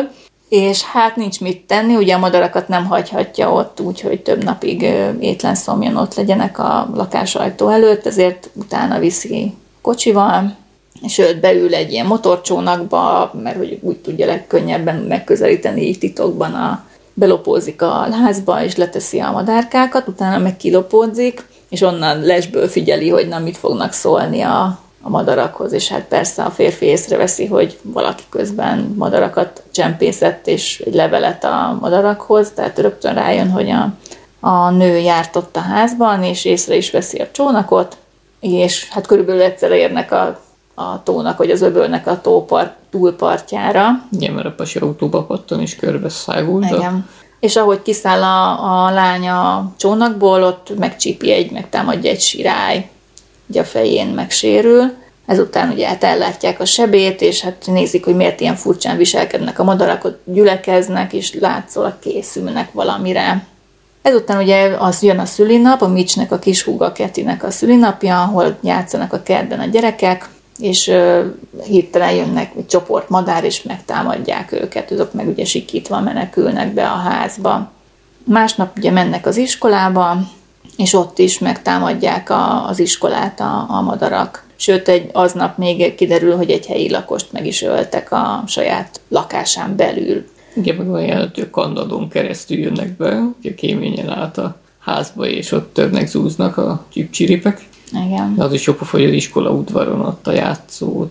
és hát nincs mit tenni, ugye a madarakat nem hagyhatja ott, úgyhogy több napig étlen szomjan ott legyenek a lakásajtó előtt, ezért utána viszi kocsival, sőt beül egy ilyen motorcsónakba, mert hogy úgy tudja legkönnyebben megközelíteni így titokban, a, belopózik a házba, és leteszi a madárkákat, utána meg kilopódzik, és onnan lesből figyeli, hogy na mit fognak szólni a, a madarakhoz, és hát persze a férfi észreveszi, hogy valaki közben madarakat csempészett, és egy levelet a madarakhoz, tehát rögtön rájön, hogy a, a nő járt ott a házban, és észre is veszi a csónakot, és hát körülbelül egyszer érnek a, a tónak, vagy az öbölnek a tópart, túlpartjára. Igen, mert a pasi autóba pattan, és körbe szágulta. Igen. És ahogy kiszáll a, a lány a csónakból, ott megcsípi egy, megtámadja egy sirály, ugye a fején megsérül. Ezután ugye hát ellátják a sebét, és hát nézik, hogy miért ilyen furcsán viselkednek a madarak, ott gyülekeznek, és látszólag készülnek valamire. Ezután ugye az jön a szülinap, a Mitchnek a kis húga Kathynek a szülinapja, ahol játszanak a kertben a gyerekek, és uh, hirtelen jönnek egy csoport madár, és megtámadják őket, azok meg ugye sikítva menekülnek be a házba. Másnap ugye mennek az iskolába, és ott is megtámadják a, az iskolát a, a madarak. Sőt, egy, aznap még kiderül, hogy egy helyi lakost meg is öltek a saját lakásán belül. Igen, meg olyan jelentő kandadon keresztül jönnek be, ugye kéményen át a házba, és ott törnek, zúznak a csipcsiripek. Igen. Az is jobb, hogy az iskola udvaron ott a játszó,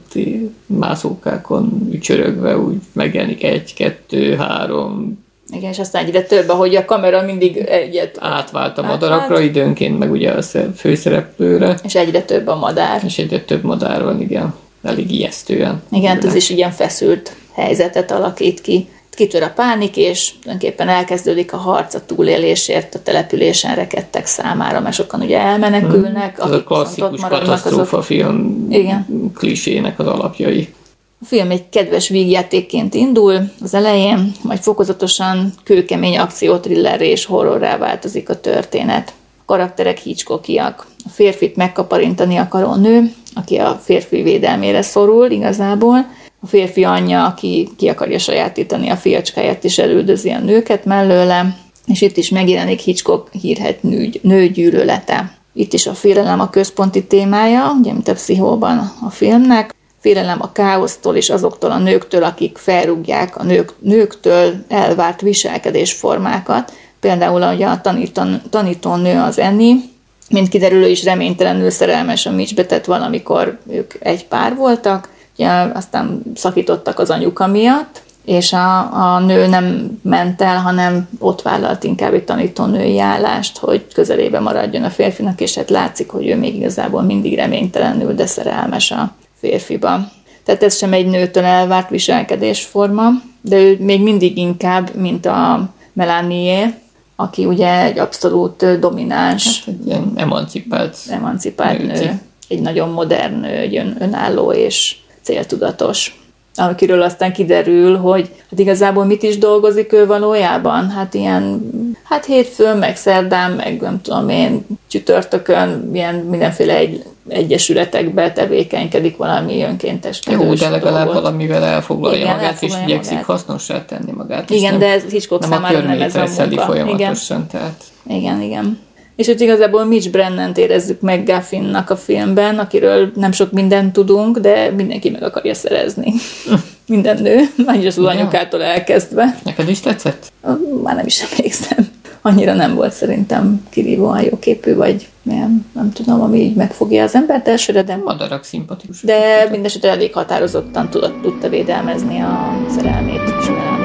mászókákon ücsörögve úgy megjelenik egy, kettő, három. Igen, és aztán egyre több, ahogy a kamera mindig egyet átvált a madarakra időnként, meg ugye a főszereplőre. És egyre több a madár. És egyre több madár van, igen. Elég ijesztően. Igen, ez is ilyen feszült helyzetet alakít ki. Kitör a pánik, és tulajdonképpen elkezdődik a harc a túlélésért a településen rekedtek számára, mert sokan ugye elmenekülnek. Hmm. Ez a klasszikus katasztrófafilm klisének az alapjai. A film egy kedves vígjátékként indul az elején, majd fokozatosan kőkemény akcióthrillerré és horrorrá változik a történet. A karakterek Hitchcockiak. A férfit megkaparintani akaró nő, aki a férfi védelmére szorul igazából, a férfi anyja, aki ki akarja sajátítani a fiacskáját, és elüldözi a nőket mellőle, és itt is megjelenik Hitchcock hírhedt nő, nőgyűlölete. Itt is a félelem a központi témája, ugye, mint a Pszichóban a filmnek. Félelem a káosztól és azoktól a nőktől, akik felrúgják a nők, nőktől elvárt viselkedésformákat. Például ugye a tanítón, tanítónő az Annie, mint kiderülő is reménytelenül szerelmes a Mitchbe, tehát valamikor ők egy pár voltak, ugye, aztán szakítottak az anyuka miatt, és a, a nő nem ment el, hanem ott vállalt inkább egy tanítónői állást, hogy közelébe maradjon a férfinak, és hát látszik, hogy ő még igazából mindig reménytelenül, de szerelmes a férfiba. Tehát ez sem egy nőtől elvárt viselkedésforma, de ő még mindig inkább, mint a Melanie, aki ugye egy abszolút domináns, hát egy ilyen emancipált, emancipált nő, nő, egy nagyon modern nő, egy ön, önálló és céltudatos. Akiről aztán kiderül, hogy hát igazából mit is dolgozik ő valójában. Hát ilyen, hát hétfőn, meg szerdán, meg nem tudom én, csütörtökön, ilyen mindenféle egy, egyesületekbe tevékenykedik valami önkénteskedős Jó, de legalább dolgot. Valamivel elfoglalja igen, magát, elfoglalja és igyekszik magát. hasznossá tenni magát. Igen, nem, de ez Hitchcock számára nem ez a munka. Folyamatosan, igen. Tehát. igen, igen. És itt igazából Mitch Brennant érezzük meg Guffinnak a filmben, akiről nem sok mindent tudunk, de mindenki meg akarja szerezni. Minden nő, vagyis az anyukától elkezdve. Neked is tetszett? Már nem is emlékszem. Annyira nem volt szerintem kirívóan jóképű, vagy nem, nem tudom, ami így megfogja az embert elsőre, de... Madarak szimpatikus. De mindesetre elég határozottan tudott, tudta védelmezni a szerelmét és Melanie-t.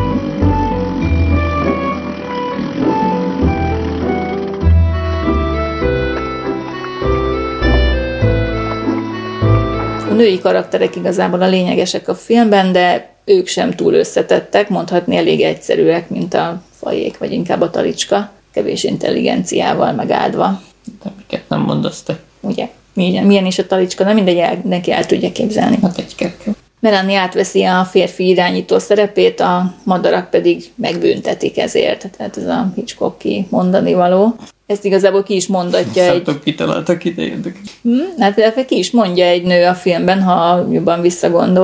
A női karakterek igazából a lényegesek a filmben, de ők sem túl összetettek, mondhatni elég egyszerűek, mint a fajék, vagy inkább a talicska, kevés intelligenciával megáldva. De miket nem mondasz te? Ugye? Milyen, milyen is a talicska? Nem mindegy, el, neki el tudja képzelni. Hát egy kerke. Melanie átveszi a férfi irányító szerepét, a madarak pedig megbüntetik ezért. Tehát ez a Hitchcocki mondani való. Ezt igazából ki is mondatja egy... Nem kitaláltak ide érdekes. Hmm, hát ki is mondja egy nő a filmben, ha jobban visszagondolsz.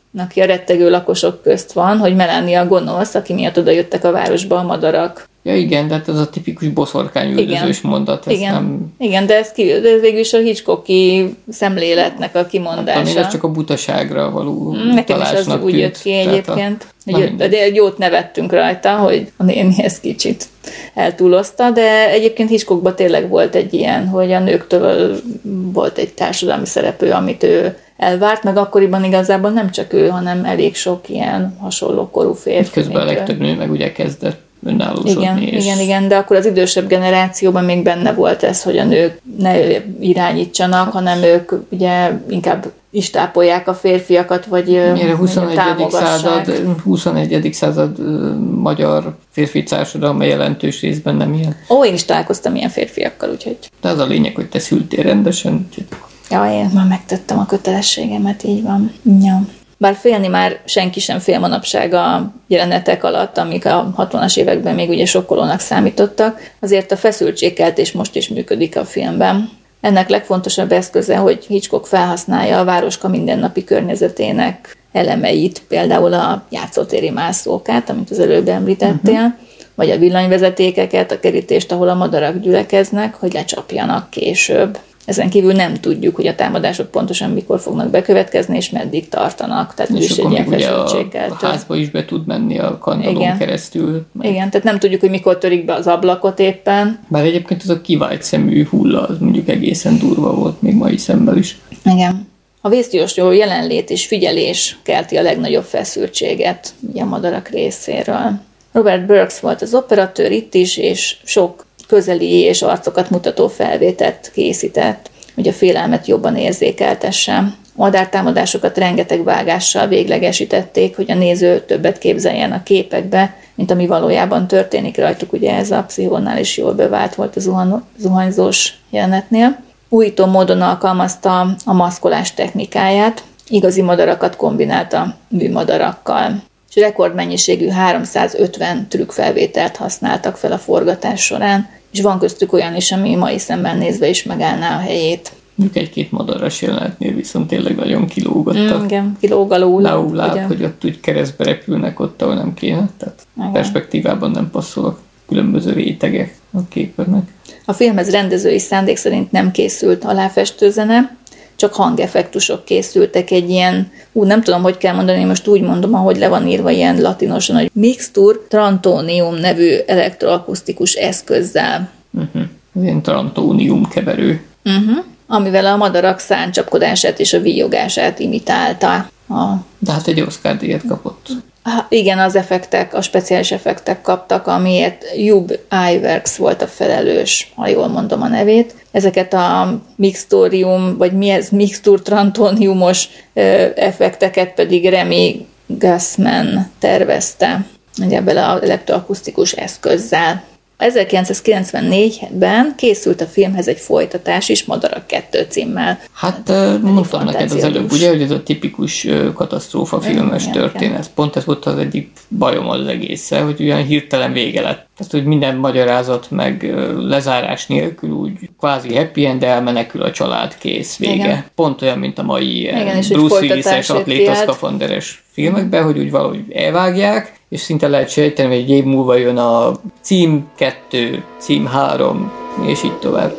aki a rettegő lakosok közt van, hogy Melania gonosz, aki miatt oda jöttek a városba a madarak. Ja igen, de hát ez a tipikus boszorkányüldözős mondat. Ez igen. Nem... igen, de ez, ki, de ez végül is a Hitchcocki szemléletnek a kimondása. Hát, ez csak a butaságra való nekem is az úgy jött ki egyébként. A... Hogy jött, de jót nevettünk rajta, hogy a néni ezt kicsit eltúlozta, de egyébként Hitchcockban tényleg volt egy ilyen, hogy a nőktől volt egy társadalmi szereplő, amit ő elvárt, meg akkoriban igazából nem csak ő, hanem elég sok ilyen hasonló korú férfi. Közben a legtöbb nő meg ugye kezdett önállósodni. Igen, és... igen, igen, de akkor az idősebb generációban még benne volt ez, hogy a nők ne irányítsanak, hanem ők ugye inkább is tápolják a férfiakat, vagy Mire huszonegyedik század, huszonegyedik század uh, magyar férfi társadalma jelentős részben nem ilyen. Ó, én is találkoztam ilyen férfiakkal, úgyhogy... De az a lényeg, hogy te szültél rendesen. Úgyhogy... Ja, én már megtettem a kötelességemet, így van. Ja. Bár félni már senki sem fél manapság a jelenetek alatt, amik a hatvanas években még ugye sokkolónak számítottak, azért a feszültségkeltés most is működik a filmben. Ennek legfontosabb eszköze, hogy Hitchcock felhasználja a városka mindennapi környezetének elemeit, például a játszótéri mászókát, amit az előbb említettél, uh-huh. vagy a villanyvezetékeket, a kerítést, ahol a madarak gyülekeznek, hogy lecsapjanak később. Ezen kívül nem tudjuk, hogy a támadások pontosan mikor fognak bekövetkezni, és meddig tartanak. Tehát és is egy ilyen feszültségkeltő. A házba is be tud menni a kandalón keresztül. Meg... Igen, tehát nem tudjuk, hogy mikor törik be az ablakot éppen. Bár egyébként az a kivált szemű hulla, az mondjuk egészen durva volt, még mai szemmel is. Igen. A vészjósló jelenlét és figyelés kelti a legnagyobb feszültséget ugye a madarak részéről. Robert Burks volt az operatőr itt is, és sok közeli és arcokat mutató felvételt készített, hogy a félelmet jobban érzékeltesse. A madártámadásokat rengeteg vágással véglegesítették, hogy a néző többet képzeljen a képekbe, mint ami valójában történik rajtuk. Ugye ez a pszichónál is jól bevált volt a zuhan- zuhanyzós jelenetnél. Újító módon alkalmazta a maszkolás technikáját, igazi madarakat kombinálta műmadarakkal, és rekordmennyiségű háromszázötven trükkfelvételt használtak fel a forgatás során, és van köztük olyan is, ami mai szemben nézve is megállná a helyét. Mondjuk egy-két madaras jelenetnél viszont tényleg nagyon kilógottak. Mm, igen, kilóg alul. Láb, hogy ott úgy keresztbe repülnek ott, ahol nem kéne. Tehát igen. Perspektívában nem passzolok különböző rétegek a képeknek. A filmhez rendezői szándék szerint nem készült aláfestőzene, csak hangeffektusok készültek egy ilyen, ú, nem tudom, hogy kell mondani, most úgy mondom, ahogy le van írva ilyen latinosan, hogy Mixtur Trantonium nevű elektroakusztikus eszközzel. Uh-huh. Ez ilyen trantónium keverő. Uh-huh. Amivel a madarak száncsapkodását és a víjogását imitálta. A... De hát egy Oscar-díjat kapott. Ha, igen, az effektek, a speciális effektek kaptak, amiért Jub Iwerks volt a felelős, ha jól mondom a nevét. Ezeket a mixtórium, vagy mi ez, mixtúr-trantoniumos effekteket pedig Remy Gassman tervezte, ebből az elektroakusztikus eszközzel. ezerkilencszázkilencvennégyben készült a filmhez egy folytatás is, Madarak kettő címmel. Hát mondtam neked az előbb, ugye, hogy ez a tipikus katasztrófa filmes igen, történet. Igen. Pont ez volt az egyik bajom az egészen, hogy olyan hirtelen vége lett. Tehát, hogy minden magyarázat meg lezárás nélkül úgy kvázi happy end, de elmenekül a család, kész, vége. Igen. Pont olyan, mint a mai igen, Bruce Willis-es atlétaszkafanderes filmekben, hogy úgy valahogy elvágják, és szinte lehet sejteni, hogy egy év múlva jön a cím kettő, cím három, és így tovább.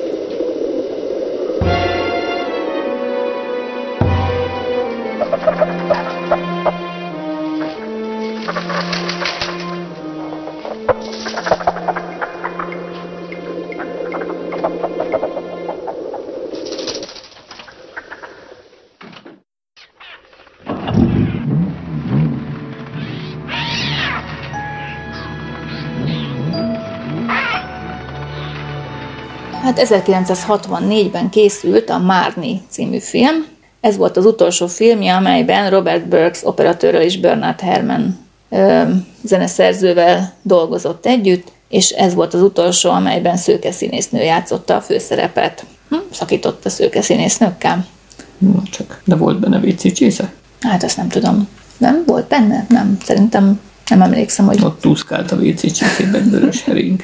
Hát ezerkilencszázhatvannégyben készült a Marnie című film. Ez volt az utolsó filmje, amelyben Robert Burks operatőrrel és Bernard Herrmann ö, zeneszerzővel dolgozott együtt, és ez volt az utolsó, amelyben szőke színésznő játszotta a főszerepet. Hm? Szakított a szőke színésznőkkel. Na csak, de volt benne vécécsésze? Hát ezt nem tudom. Nem? Volt benne? Nem. Szerintem nem emlékszem, hogy... Ott túszkált a vécécsészében egy vörös hering.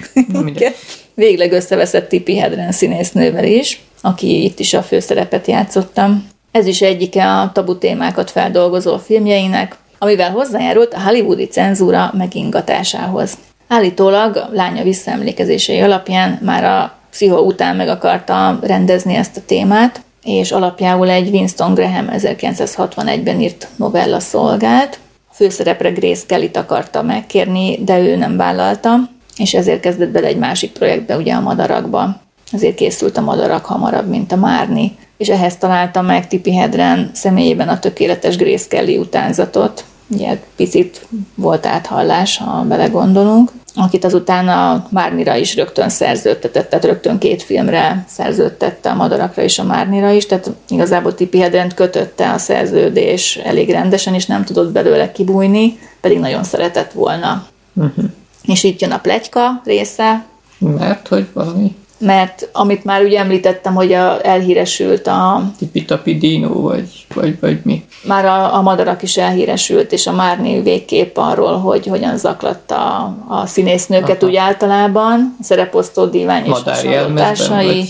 Végleg összeveszett Tippi Hedren színésznővel is, aki itt is a főszerepet játszotta. Ez is egyike a tabu témákat feldolgozó filmjeinek, amivel hozzájárult a hollywoodi cenzúra megingatásához. Állítólag lánya visszaemlékezései alapján már a Pszicho után meg akarta rendezni ezt a témát, és alapjául egy Winston Graham ezerkilencszázhatvanegyben írt novella szolgált. A főszerepre Grace Kellyt akarta megkérni, de ő nem vállalta, és ezért kezdett bele egy másik projektbe, ugye a Madarakba. Ezért készült a Madarak hamarabb, mint a Márni, és ehhez találta meg Tippi Hedren személyében a tökéletes Grace Kelly utánzatot. Ugye picit volt áthallás, ha belegondolunk, akit azután a Márnira is rögtön szerződtetett, tehát rögtön két filmre szerződtette, a Madarakra és a Márnira is, tehát igazából Tippi Hedrent kötötte a szerződés elég rendesen, és nem tudott belőle kibújni, pedig nagyon szeretett volna. Uh-huh. És itt jön a pletyka része. Mert hogy valami? Mert amit már ugye említettem, hogy a, elhíresült a... Tipi-tapi dino, vagy, vagy, vagy mi? Már a, a Madarak is elhíresült, és a Márni végképp arról, hogy hogyan zaklatta a, a színésznőket. Aha. Úgy általában, a szereposztó dívány és hasonlótársai.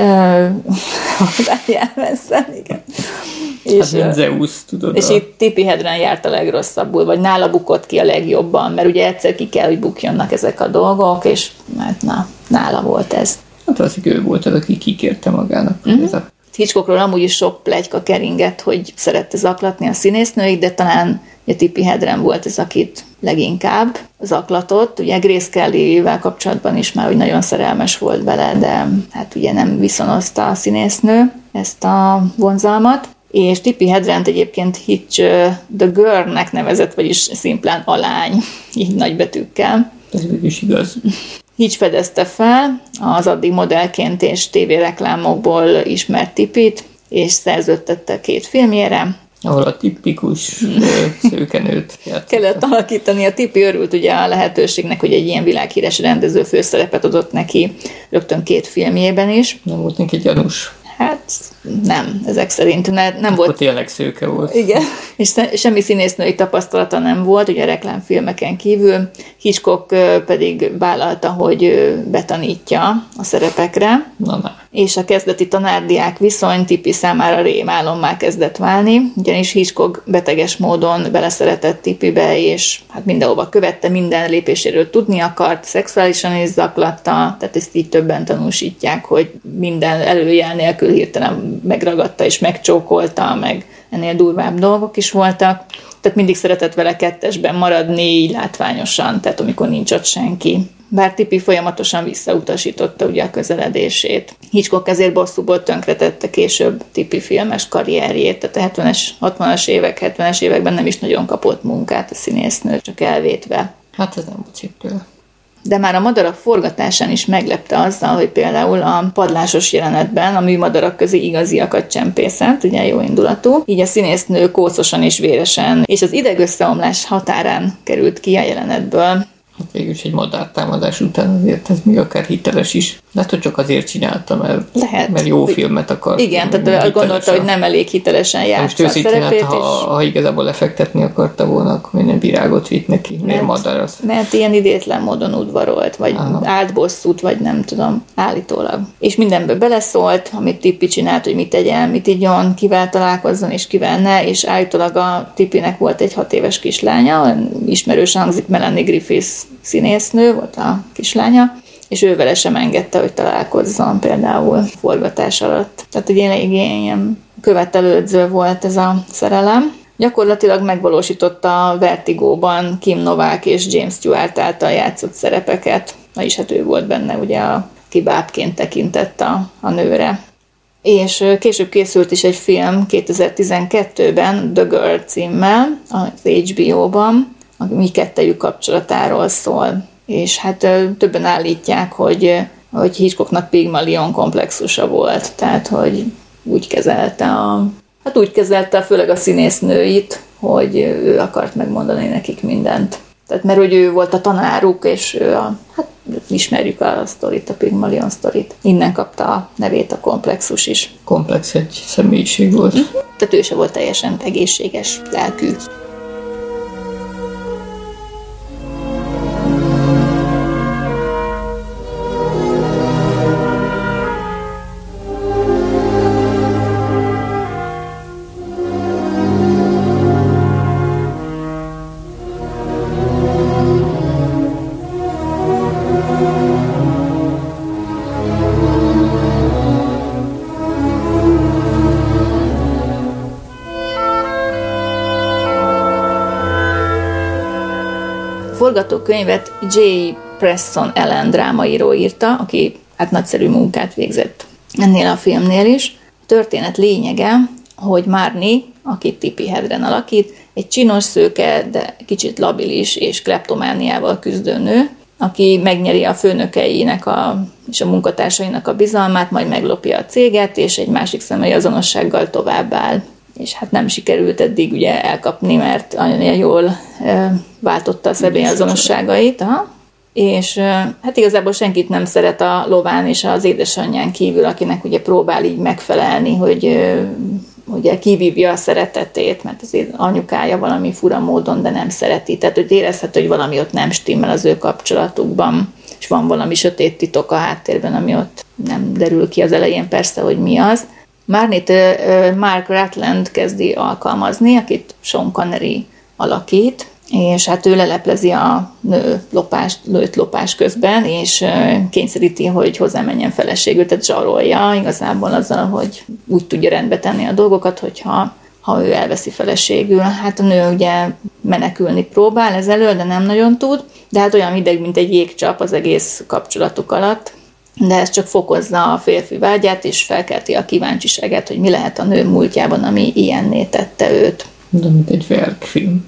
Madári jelmezben, igen. Hát mint Zeus, tudod. És a... itt Tippi Hedren járt a legrosszabbul, vagy nála bukott ki a legjobban, mert ugye egyszer ki kell, hogy bukjonnak ezek a dolgok, és mert na, nála volt ez. Hát valószínűleg ő volt az, aki kikérte magának. Mm-hmm. Ez a... Hitchcockról amúgy is sok pletyka keringett, hogy szerette zaklatni a színésznőit, de talán ugye Tippi Hedren volt az, akit leginkább zaklatott. Ugye Grace Kellyvel kapcsolatban is már hogy nagyon szerelmes volt bele, de hát ugye nem viszonozta a színésznő ezt a vonzalmat. És Tippi Hedrent egyébként Hitch the Girl-nek nevezett, vagyis szimplán a lány, így nagybetűkkel. Ez is igaz. Hitch fedezte fel, az addig modellként és tévéreklámokból ismert Tippit, és szerződtette két filmjére. Ahol a tipikus szőkenőt játszott. Kellett alakítani, a Tippi örült ugye a lehetőségnek, hogy egy ilyen világhíres rendező főszerepet adott neki rögtön két filmjében is. Nem volt neki gyanús. Hát nem, ezek szerint ne, nem Akkor volt. Tényleg szőke volt. Igen, és semmi színésznői tapasztalata nem volt, ugye a reklámfilmeken kívül. Hitchcock pedig vállalta, hogy betanítja a szerepekre. Na, na. És a kezdeti tanárdiák viszony Tippi számára rémálommá kezdett válni, ugyanis Hitchcock beteges módon beleszeretett Tippibe, és hát mindenhova követte, minden lépéséről tudni akart, szexuálisan is zaklatta, tehát ezt így többen tanúsítják, hogy minden előjel nélkül hirtelen megragadta és megcsókolta, meg ennél durvább dolgok is voltak. Tehát mindig szeretett vele kettesben maradni, így látványosan, tehát amikor nincs ott senki. Bár Tippi folyamatosan visszautasította ugye a közeledését. Hitchcock ezért bosszúból tönkretette később Tippi filmes karrierjét, tehát a hetvenes, hatvanas évek, hetvenes években nem is nagyon kapott munkát a színésznő, csak elvétve. Hát ez nem volt szép tőle. De már a Madarak forgatásán is meglepte azzal, hogy például a padlásos jelenetben a műmadarak közé igaziakat csempészett, ugye jó indulatú, így a színésznő kócosan és véresen, és az idegösszeomlás határán került ki a jelenetből. Hát végülis egy madártámadás után azért ez még akár hiteles is. Lehet, hogy csak azért csinálta, mert, Lehet. mert jó filmet akar. Igen, tehát gondolta, hogy nem elég hitelesen játsza a szerepét. Ha, ha igazából lefektetni akarta volna, akkor minden virágot vitt neki, mert, mert madár az. Mert ilyen idétlen módon udvarolt, vagy Aha. állt bosszút, vagy nem tudom, állítólag. És mindenbe beleszólt, amit Tippi csinált, hogy mit tegyen, mit igyon, kivel találkozzon, és kivel ne, és állítólag a Tippinek volt egy hat éves kislánya, ismerősen hangzik, Melanie Griffiths színésznő volt a kislánya, és ő vele sem engedte, hogy találkozzon például forgatás alatt. Tehát egy elég ilyen követelődző volt ez a szerelem. Gyakorlatilag megvalósította a Vertigóban Kim Novak és James Stewart által játszott szerepeket, és hát ő volt benne, ugye, aki bábként tekintett a, a nőre. És később készült is egy film kétezer-tizenkettőben, The Girl címmel, az há bé ó-ban, mi kettejük kapcsolatáról szól. És hát többen állítják, hogy, hogy Hitchcocknak Pygmalion komplexusa volt, tehát hogy úgy kezelte a, hát úgy kezelte főleg a színésznőit, hogy ő akart megmondani nekik mindent. Tehát mert hogy ő volt a tanáruk, és ő a, hát ismerjük a sztorit, a Pygmalion sztorit. Innen kapta a nevét a komplexus is. Komplex egy személyiség volt. Uh-huh. Tehát ő se volt teljesen egészséges lelkű. forgatókönyvet J. Preston Allen drámaíró írta, aki hát nagyszerű munkát végzett ennél a filmnél is. A történet lényege, hogy Marnie, akit Tippi Hedren alakít, egy csinos, szőke, de kicsit labilis és kleptomániával küzdő nő, aki megnyeri a főnökeinek a, és a munkatársainak a bizalmát, majd meglopja a céget, és egy másik személyi azonossággal továbbáll. És hát nem sikerült eddig ugye elkapni, mert annyira jól e, váltotta a személyi azonosságait. Aha. És e, hát igazából senkit nem szeret a lován és az édesanyján kívül, akinek ugye próbál így megfelelni, hogy e, ugye kivívja a szeretetét, mert az anyukája valami fura módon, de nem szereti. Tehát, hogy érezhető, hogy valami ott nem stimmel az ő kapcsolatukban, és van valami sötét titok a háttérben, ami ott nem derül ki az elején persze, hogy mi az. Marnie-t uh, Mark Rutland kezdi alkalmazni, akit Sean Connery alakít, és hát ő leleplezi a nő lopás, lőtt lopás közben, és uh, kényszeríti, hogy hozzámenjen feleségül, tehát zsarolja igazából azzal, hogy úgy tudja rendbe tenni a dolgokat, hogyha ha ő elveszi feleségül. Hát a nő ugye menekülni próbál ezelől, de nem nagyon tud, de hát olyan ideg, mint egy jégcsap az egész kapcsolatuk alatt, de ez csak fokozza a férfi vágyát, és felkelti a kíváncsiságát, hogy mi lehet a nő múltjában, ami ilyenné tette őt. De mint egy verkfilm.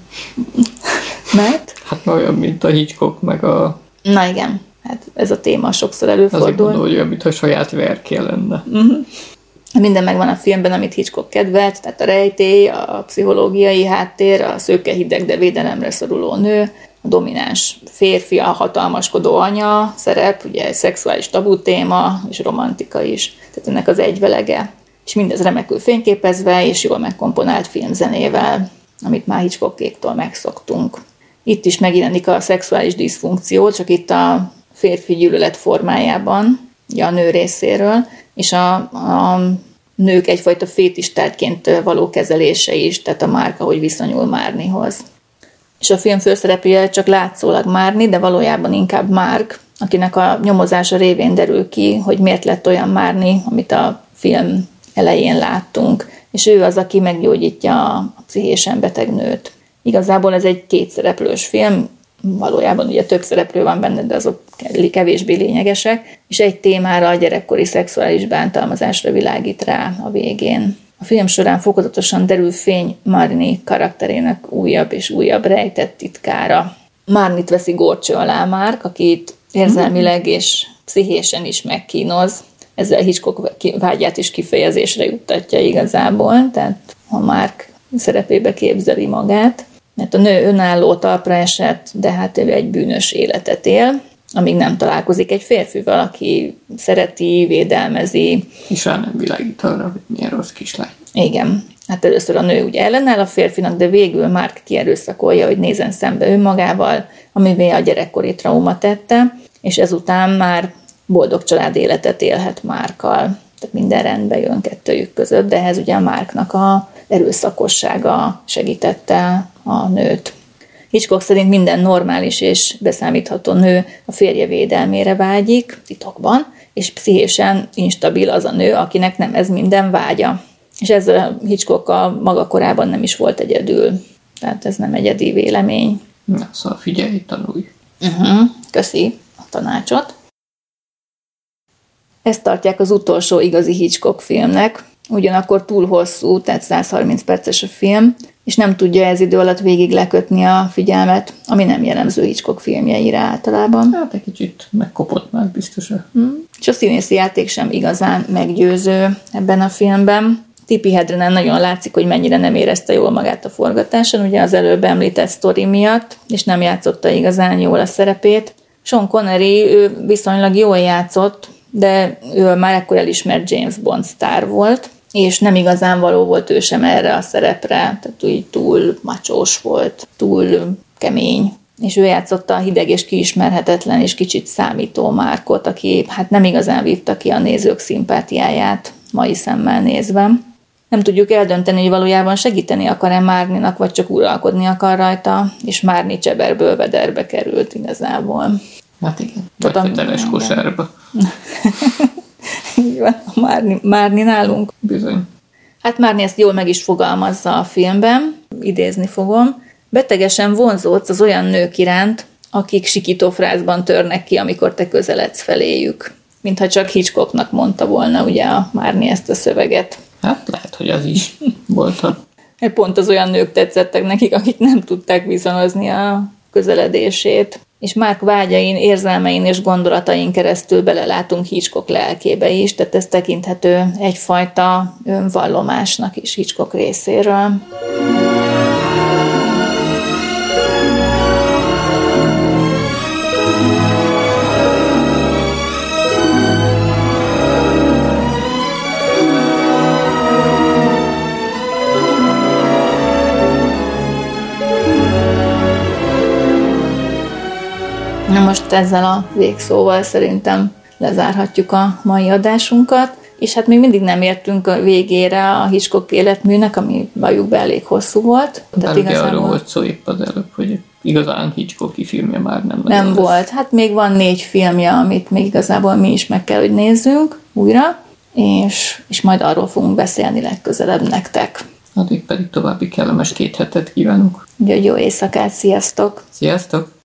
Mert? Hát olyan, mint a Hitchcock, meg a... Na igen, hát ez a téma sokszor előfordul. Azért mondom, hogy olyan, mintha saját verkje lenne. Uh-huh. Minden megvan a filmben, amit Hitchcock kedvelt, tehát a rejtély, a pszichológiai háttér, a szőke hideg, de védelemre szoruló nő, a domináns férfi, a hatalmaskodó anya szerep, ugye egy szexuális tabú téma, és romantika is. Tehát ennek az egyvelege. És mindez remekül fényképezve, és jól megkomponált filmzenével, amit már Hitchcockéktól megszoktunk. Itt is megjelenik a szexuális diszfunkció, csak itt a férfi gyűlölet formájában, a nő részéről, és a, a nők egyfajta fétistárgyként való kezelése is, tehát a Mark, ahogy viszonyul Marniehoz. És a film főszereplője csak látszólag Marnie, de valójában inkább Mark, akinek a nyomozása révén derül ki, hogy miért lett olyan Marnie, amit a film elején láttunk, és ő az, aki meggyógyítja a pszichésen beteg nőt. Igazából ez egy kétszereplős film, valójában ugye több szereplő van benne, de azok kevésbé lényegesek, és egy témára, a gyerekkori szexuális bántalmazásra világít rá a végén. A film során fokozatosan derül fény Marnie karakterének újabb és újabb rejtett titkára. Marnie-t veszi górcső alá Mark, akit érzelmileg és pszichésen is megkínoz. Ezzel Hitchcock vágyát is kifejezésre juttatja igazából, tehát ha Mark szerepébe képzeli magát, mert a nő önálló, talpra esett, de hát ő egy bűnös életet él, amíg nem találkozik egy férfival, aki szereti, védelmezi. És rá nem világít arra, hogy milyen rossz kislány. Igen. Hát először a nő ugye ellenáll a férfinak, de végül Mark kierőszakolja, hogy nézzen szembe önmagával, amivé a gyerekkori trauma tette, és ezután már boldog család életet élhet Markkal. Tehát minden rendbe jön kettőjük között, de ehhez ugye a Marknak a erőszakossága segítette a nőt. Hitchcock szerint minden normális és beszámítható nő a férje védelmére vágyik, titokban, és pszichésen instabil az a nő, akinek nem ez minden vágya. És ezzel Hitchcock a maga korában nem is volt egyedül. Tehát ez nem egyedi vélemény. Na, szóval figyelj, tanulj. Uh-huh. Köszi a tanácsot. Ezt tartják az utolsó igazi Hitchcock filmnek, ugyanakkor túl hosszú, tehát száz harminc perces a film, és nem tudja ez idő alatt végig lekötni a figyelmet, ami nem jellemző Hitchcock filmjeire általában. Hát egy kicsit megkopott már biztosan. Hmm. És a színészi játék sem igazán meggyőző ebben a filmben. Tippi Hedrenen nagyon látszik, hogy mennyire nem érezte jól magát a forgatáson, ugye az előbb említett sztori miatt, és nem játszotta igazán jól a szerepét. Sean Connery, ő viszonylag jól játszott, de ő már ekkor elismert James Bond sztár volt, és nem igazán való volt ő sem erre a szerepre, tehát úgy túl macsós volt, túl kemény. És ő játszotta a hideg és kiismerhetetlen és kicsit számító Markot, aki hát nem igazán vívta ki a nézők szimpátiáját mai szemmel nézve. Nem tudjuk eldönteni, hogy valójában segíteni akar-e Marnie-nak, vagy csak uralkodni akar rajta, és Marnie cseberből vederbe került igazából. Hát igen, vagy a teles kosárba. Így van, a Marnie, Marnie nálunk. Bizony. Hát Marnie ezt jól meg is fogalmazza a filmben, idézni fogom. Betegesen vonzódsz az olyan nők iránt, akik sikítófrázban törnek ki, amikor te közeledsz feléjük. Mintha csak Hitchcocknak mondta volna ugye a Marnie ezt a szöveget. Hát lehet, hogy az is volt. Pont az olyan nők tetszettek nekik, akik nem tudták viszonozni a közeledését. És Mark vágyain, érzelmein és gondolatain keresztül belelátunk Hitchcock lelkébe is, tehát ez tekinthető egyfajta önvallomásnak is Hitchcock részéről. Na most ezzel a végszóval szerintem lezárhatjuk a mai adásunkat, és hát még mindig nem értünk a végére a Hitchcock életműnek, ami valljuk be elég hosszú volt. Tehát igazából arról volt szó épp az előbb, hogy igazán Hitchcocki filmje már nem Nem volt. Lesz. Hát még van négy filmje, amit még igazából mi is meg kell, hogy nézzünk újra, és, és majd arról fogunk beszélni legközelebb nektek. Addig pedig további kellemes két hetet kívánunk. Úgyhogy jó éjszakát, sziasztok! Sziasztok!